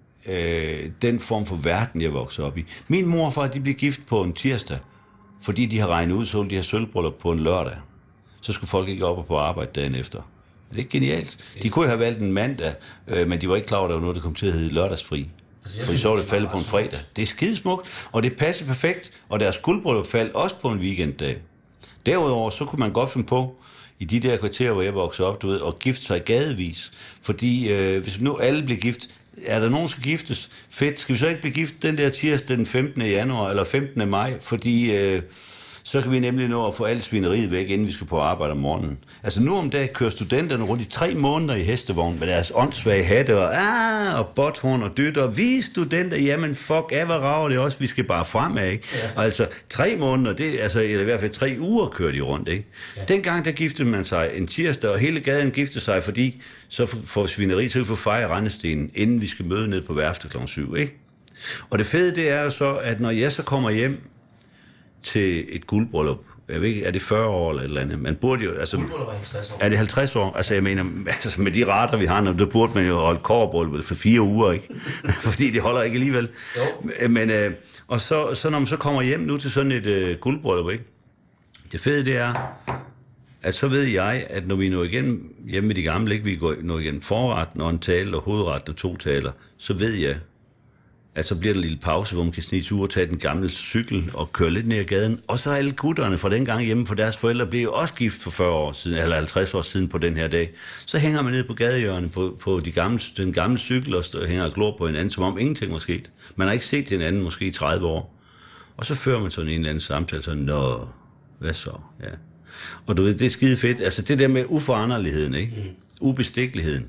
den form for verden, jeg voksede op i. Min mor og far, de blev gift på en tirsdag, fordi de har regnet ud, så ville de have sølvbryllup på en lørdag. Så skulle folk ikke op og på arbejde dagen efter. Det er ikke genialt. De kunne have valgt en mandag, men de var ikke klar over, at der var noget, der kom til at hedde lørdagsfri. Fordi så var det faldet på en fredag. Det er skidesmukt, og det passer perfekt, og deres guldbryllup faldt også på en weekenddag. Derudover, så kunne man godt finde på, i de der kvarterer, hvor jeg voksede op, du ved, og gifte sig gadevis. Fordi hvis nu alle bliver gift, er der nogen, der skal giftes? Fedt. Skal vi så ikke blive gift den der tirsdag den 15. januar eller 15. maj? Fordi så kan vi nemlig nå at få alt svineriet væk, inden vi skal på arbejde om morgenen. Altså nu om dagen kører studenterne rundt i 3 måneder i hestevogn med deres åndssvage hatte og botthorn og dytter. Vi studenter, jamen fuck af, hvad rager det også, vi skal bare fremad, ikke? Ja. Og altså 3 måneder, det, altså, eller i hvert fald 3 uger kører de rundt, ikke? Ja. Dengang der giftede man sig en tirsdag, og hele gaden giftede sig, fordi så får svineri til at få fejre rendestenen, inden vi skal møde ned på værftet kl. 7, ikke? Og det fede, det er jo så, at når jeg så kommer hjem til et guldbryllup, jeg ved ikke, er det 40 år eller et eller andet? Man burde jo, altså, guldbryllup er 50 år. Er det 50 år? Altså jeg mener, altså, med de rater vi har, der burde man jo holde kobberbryllup for 4 uger, ikke? Fordi det holder ikke alligevel. Jo. Men, og så når man så kommer hjem nu til sådan et guldbryllup, ikke? Det fede, det er, at så ved jeg, at når vi når igen hjemme med de gamle, ikke? Vi går når igen forretten og en tale og hovedretten og 2 taler, så ved jeg, at så bliver der en lille pause, hvor man kan snige tur og tage den gamle cykel og køre lidt ned ad gaden. Og så alle gutterne fra den gang hjemme, for deres forældre blev jo også gift for 40 år siden, eller 50 år siden på den her dag. Så hænger man ned på gadehjørnet på den gamle cykel og hænger og glor på hinanden, som om ingenting var sket. Man har ikke set hinanden måske i 30 år. Og så fører man sådan en eller anden samtale, så hvad så? Ja. Og du ved, det er skide fedt. Altså det der med uforanderligheden, ikke? Ubestikkeligheden.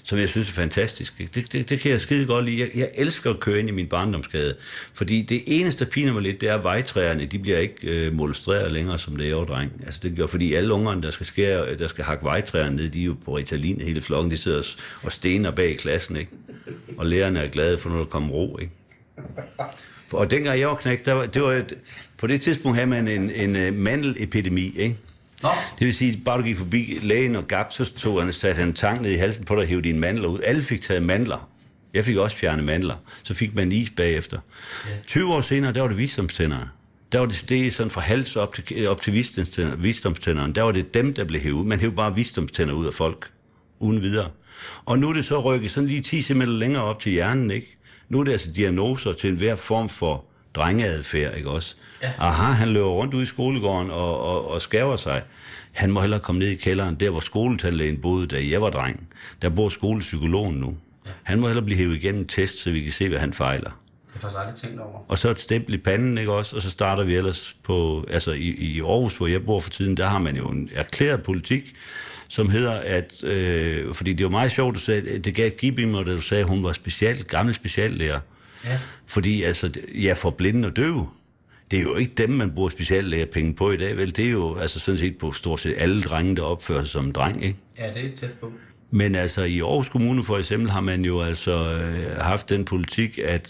som jeg synes er fantastisk. Ikke? Det kan jeg skide godt lide. Jeg elsker at køre ind i min barndomsgade, fordi det eneste, der piner mig lidt, det er, at vejtræerne, de bliver ikke molestreret længere, som det er jo, dreng. Altså, det gør, fordi alle ungerne, der skal hakke vejtræerne ned, de er jo på Ritalin, hele flokken, de sidder og stener bag i klassen, ikke? Og lærerne er glade for, når der kommer ro, ikke? Og dengang jeg var knægt, på det tidspunkt havde man en mandelepidemi, ikke? Nå. Det vil sige, bare du gik forbi lægen og gab, så satte han en tang ned i halsen på dig og hævde dine mandler ud. Alle fik taget mandler. Jeg fik også fjernet mandler. Så fik man is bagefter. Yeah. 20 år senere, der var det visdomstænderne. Der var det steget sådan fra hals op til visdomstænderne. Der var det dem, der blev hævet. Man hævde bare visdomstænder ud af folk. Uden videre. Og nu er det så rykket sådan lige 10 cm længere op til hjernen, ikke? Nu er det altså diagnoser til enhver form for drengeadfærd, ikke også? Ja. Aha, han løber rundt ud i skolegården og skæver sig. Han må hellere komme ned i kælderen, der hvor skoletandlægen boede, da jeg var dreng. Der bor skolepsykologen nu. Ja. Han må hellere blive hævet igennem en test, så vi kan se, hvad han fejler. Det har faktisk aldrig tænkt over. Og så et stempel i panden, ikke også? Og så starter vi ellers på, altså i Aarhus, hvor jeg bor for tiden, der har man jo en erklæret politik, som hedder, at, fordi det var meget sjovt, du sagde, det gav et gib i mig, da du sagde, at hun var gammel speciallærer. Ja. Fordi altså, jeg får blinde og døve. Det er jo ikke dem, man bruger speciallægerpenge på i dag, vel? Det er jo altså sådan set på stort set alle drenge, der opfører sig som dreng, ikke? Ja, det er tæt på. Men altså i Aarhus Kommune for eksempel har man jo altså haft den politik, at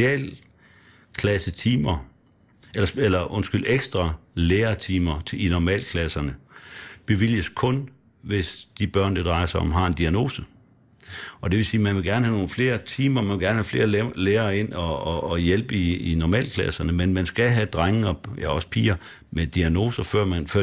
specialklassetimer, eller ekstra lærertimer i normalklasserne, bevilges kun, hvis de børn, det drejer sig om, har en diagnose. Og det vil sige, at man vil gerne have nogle flere timer, man vil gerne have flere lærere ind og hjælpe i normalklasserne, men man skal have drenge og også piger med diagnoser, før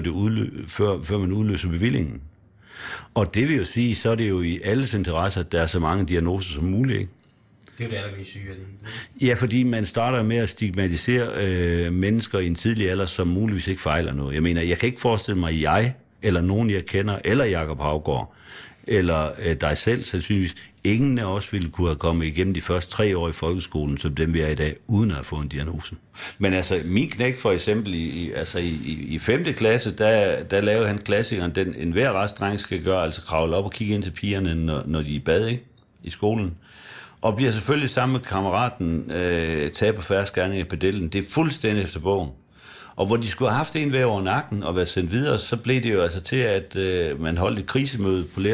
man udløser bevillingen. Og det vil jo sige, så er det jo i alles interesse, at der er så mange diagnoser som muligt, ikke? Det er jo det allerede syge af det. Ja, fordi man starter med at stigmatisere mennesker i en tidlig alder, som muligvis ikke fejler noget. Jeg mener, jeg kan ikke forestille mig, at jeg, eller nogen jeg kender, eller Jakob Haugaard, eller dig selv sandsynligvis, ingen af os ville kunne have kommet igennem de første 3 år i folkeskolen, som dem vi er i dag, uden at have fået en diagnose. Men altså, min knægt for eksempel, i 5. klasse, der lavede han klassikeren, enhver restdreng skal gøre, altså kravle op og kigge ind til pigerne, når de er i bad, ikke? I skolen. Og bliver selvfølgelig sammen med kammeraten taget på færdsgerning i pedellen. Det er fuldstændig efter bogen. Og hvor de skulle have haft en hver over nakken og været sendt videre, så blev det jo altså til, at man holdt et krisemøde på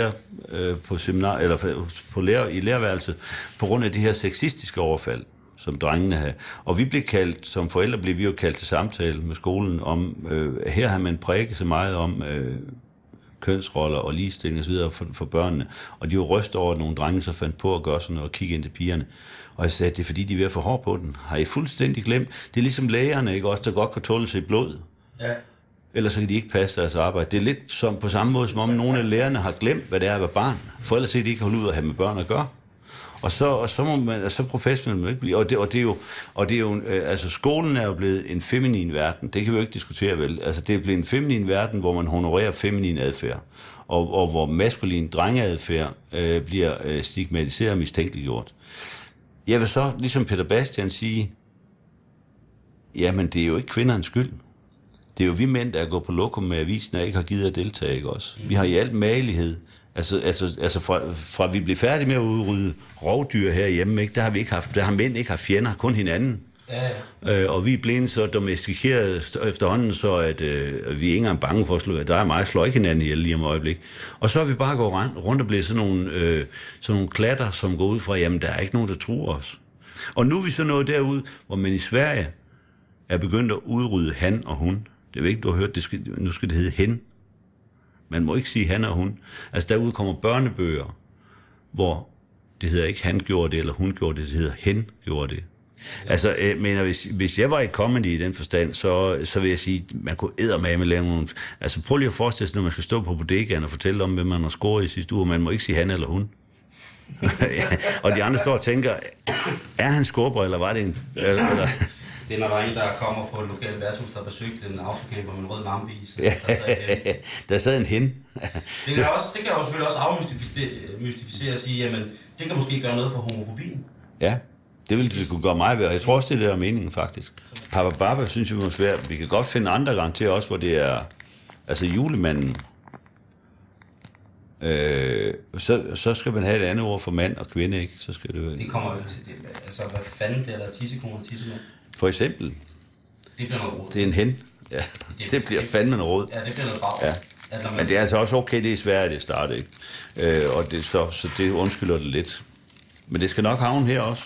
i lærerværelset på grund af de her sexistiske overfald, som drengene havde. Og vi blev kaldt, som forældre blev vi jo kaldt til samtale med skolen om, her har man præket så meget om kønsroller og ligestilling og så videre for børnene. Og de var rystet over, at nogle drenge så fandt på at gøre sådan noget og kigge ind til pigerne. Og jeg sagde, det er fordi, de er ved at få hår på den. Har I fuldstændig glemt? Det er ligesom lægerne, ikke også, der godt kan tåle sig i blod. Ja. Ellers så kan de ikke passe deres arbejde. Det er lidt som, på samme måde, som om nogle af lærerne har glemt, hvad det er at være barn. For ellers kan de ikke holde ud at have med børn at gøre. Og så må man, så professionelt man ikke blive. Og det er jo, altså skolen er jo blevet en feminin verden. Det kan vi jo ikke diskutere vel. Altså det er blevet en feminin verden, hvor man honorerer feminin adfærd. Og hvor maskulin drengeadfærd bliver stigmatiseret og mistænkeliggjort. Jeg vil så, ligesom Peter Bastian, sige, jamen det er jo ikke kvindernes skyld. Det er jo vi mænd, der går på lokum med avisen og ikke har givet at deltage, ikke også? Vi har i al magelighed, altså fra vi blev færdige med at udrydde rovdyr herhjemme, ikke? Der har mænd ikke haft fjender, kun hinanden. Ja. Og vi er blevet så domestikeret efterhånden, så at vi er ikke engang bange for at slå. Der er meget slår ikke hinanden ihjel lige om øjeblik. Og så har vi bare gået rundt og blevet sådan nogle klatter, som går ud fra, jamen der er ikke nogen, der truer os. Og nu er vi så nået derud, hvor man i Sverige er begyndt at udrydde han og hun. Det er ikke, du har hørt, nu skal det hedde hen. Man må ikke sige han og hun. Altså derude kommer børnebøger, hvor det hedder ikke han gjorde det, eller hun gjorde det, det hedder hen gjorde det. Altså, mener, hvis jeg var i comedy i den forstand, så vil jeg sige, man kunne eddermame lave nogle... Altså, prøv lige at forestille sig, når man skal stå på bodegaen og fortælle om, hvem man har scoret i sidste uge, man må ikke sige han eller hun. Og de andre står og tænker, er han skorper, eller var det en... Eller... Det er, når der er en, der kommer på et lokalt værtshus, der besøgte en autocamper med en rød lampeis. Der sad en hen. Det kan jo selvfølgelig også afmystificere og sige, jamen, det kan måske gøre noget for homofobien. Ja, det ville det kunne gøre mig ved, og jeg tror også, det er meningen faktisk. Papa Baba synes jeg må svært. Vi kan godt finde andre garantier også, hvor det er, altså julemanden. Så skal man have et andet ord for mand og kvinde, ikke? Så skal det kommer jo til det. Altså, hvad fanden bliver der tissekone og tissemand? For eksempel. Det bliver noget råd. Det er en hen. Ja, det bliver fandme noget råd. Ja, det bliver noget bag. Ja. Men det er altså også okay, det er svært, at det starter, ikke? Og det, så det undskylder det lidt. Men det skal nok havne her også.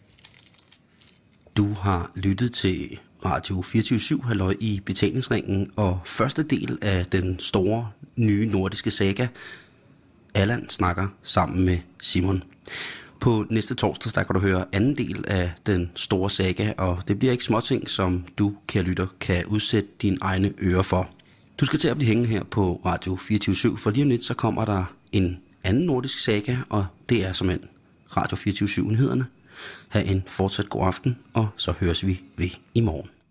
Du har lyttet til Radio 24/7 halløj i Betalingsringen og første del af den store nye nordiske saga. Allan snakker sammen med Simon. På næste torsdag, der kan du høre anden del af den store saga, og det bliver ikke småting, som du, kære lytter, kan udsætte dine egne ører for. Du skal til at blive hængende her på Radio 24/7, for lige om lidt, så kommer der en anden nordisk saga, og det er simpelthen Radio 24/7-nyhederne. Ha' en fortsat god aften, og så høres vi ved i morgen.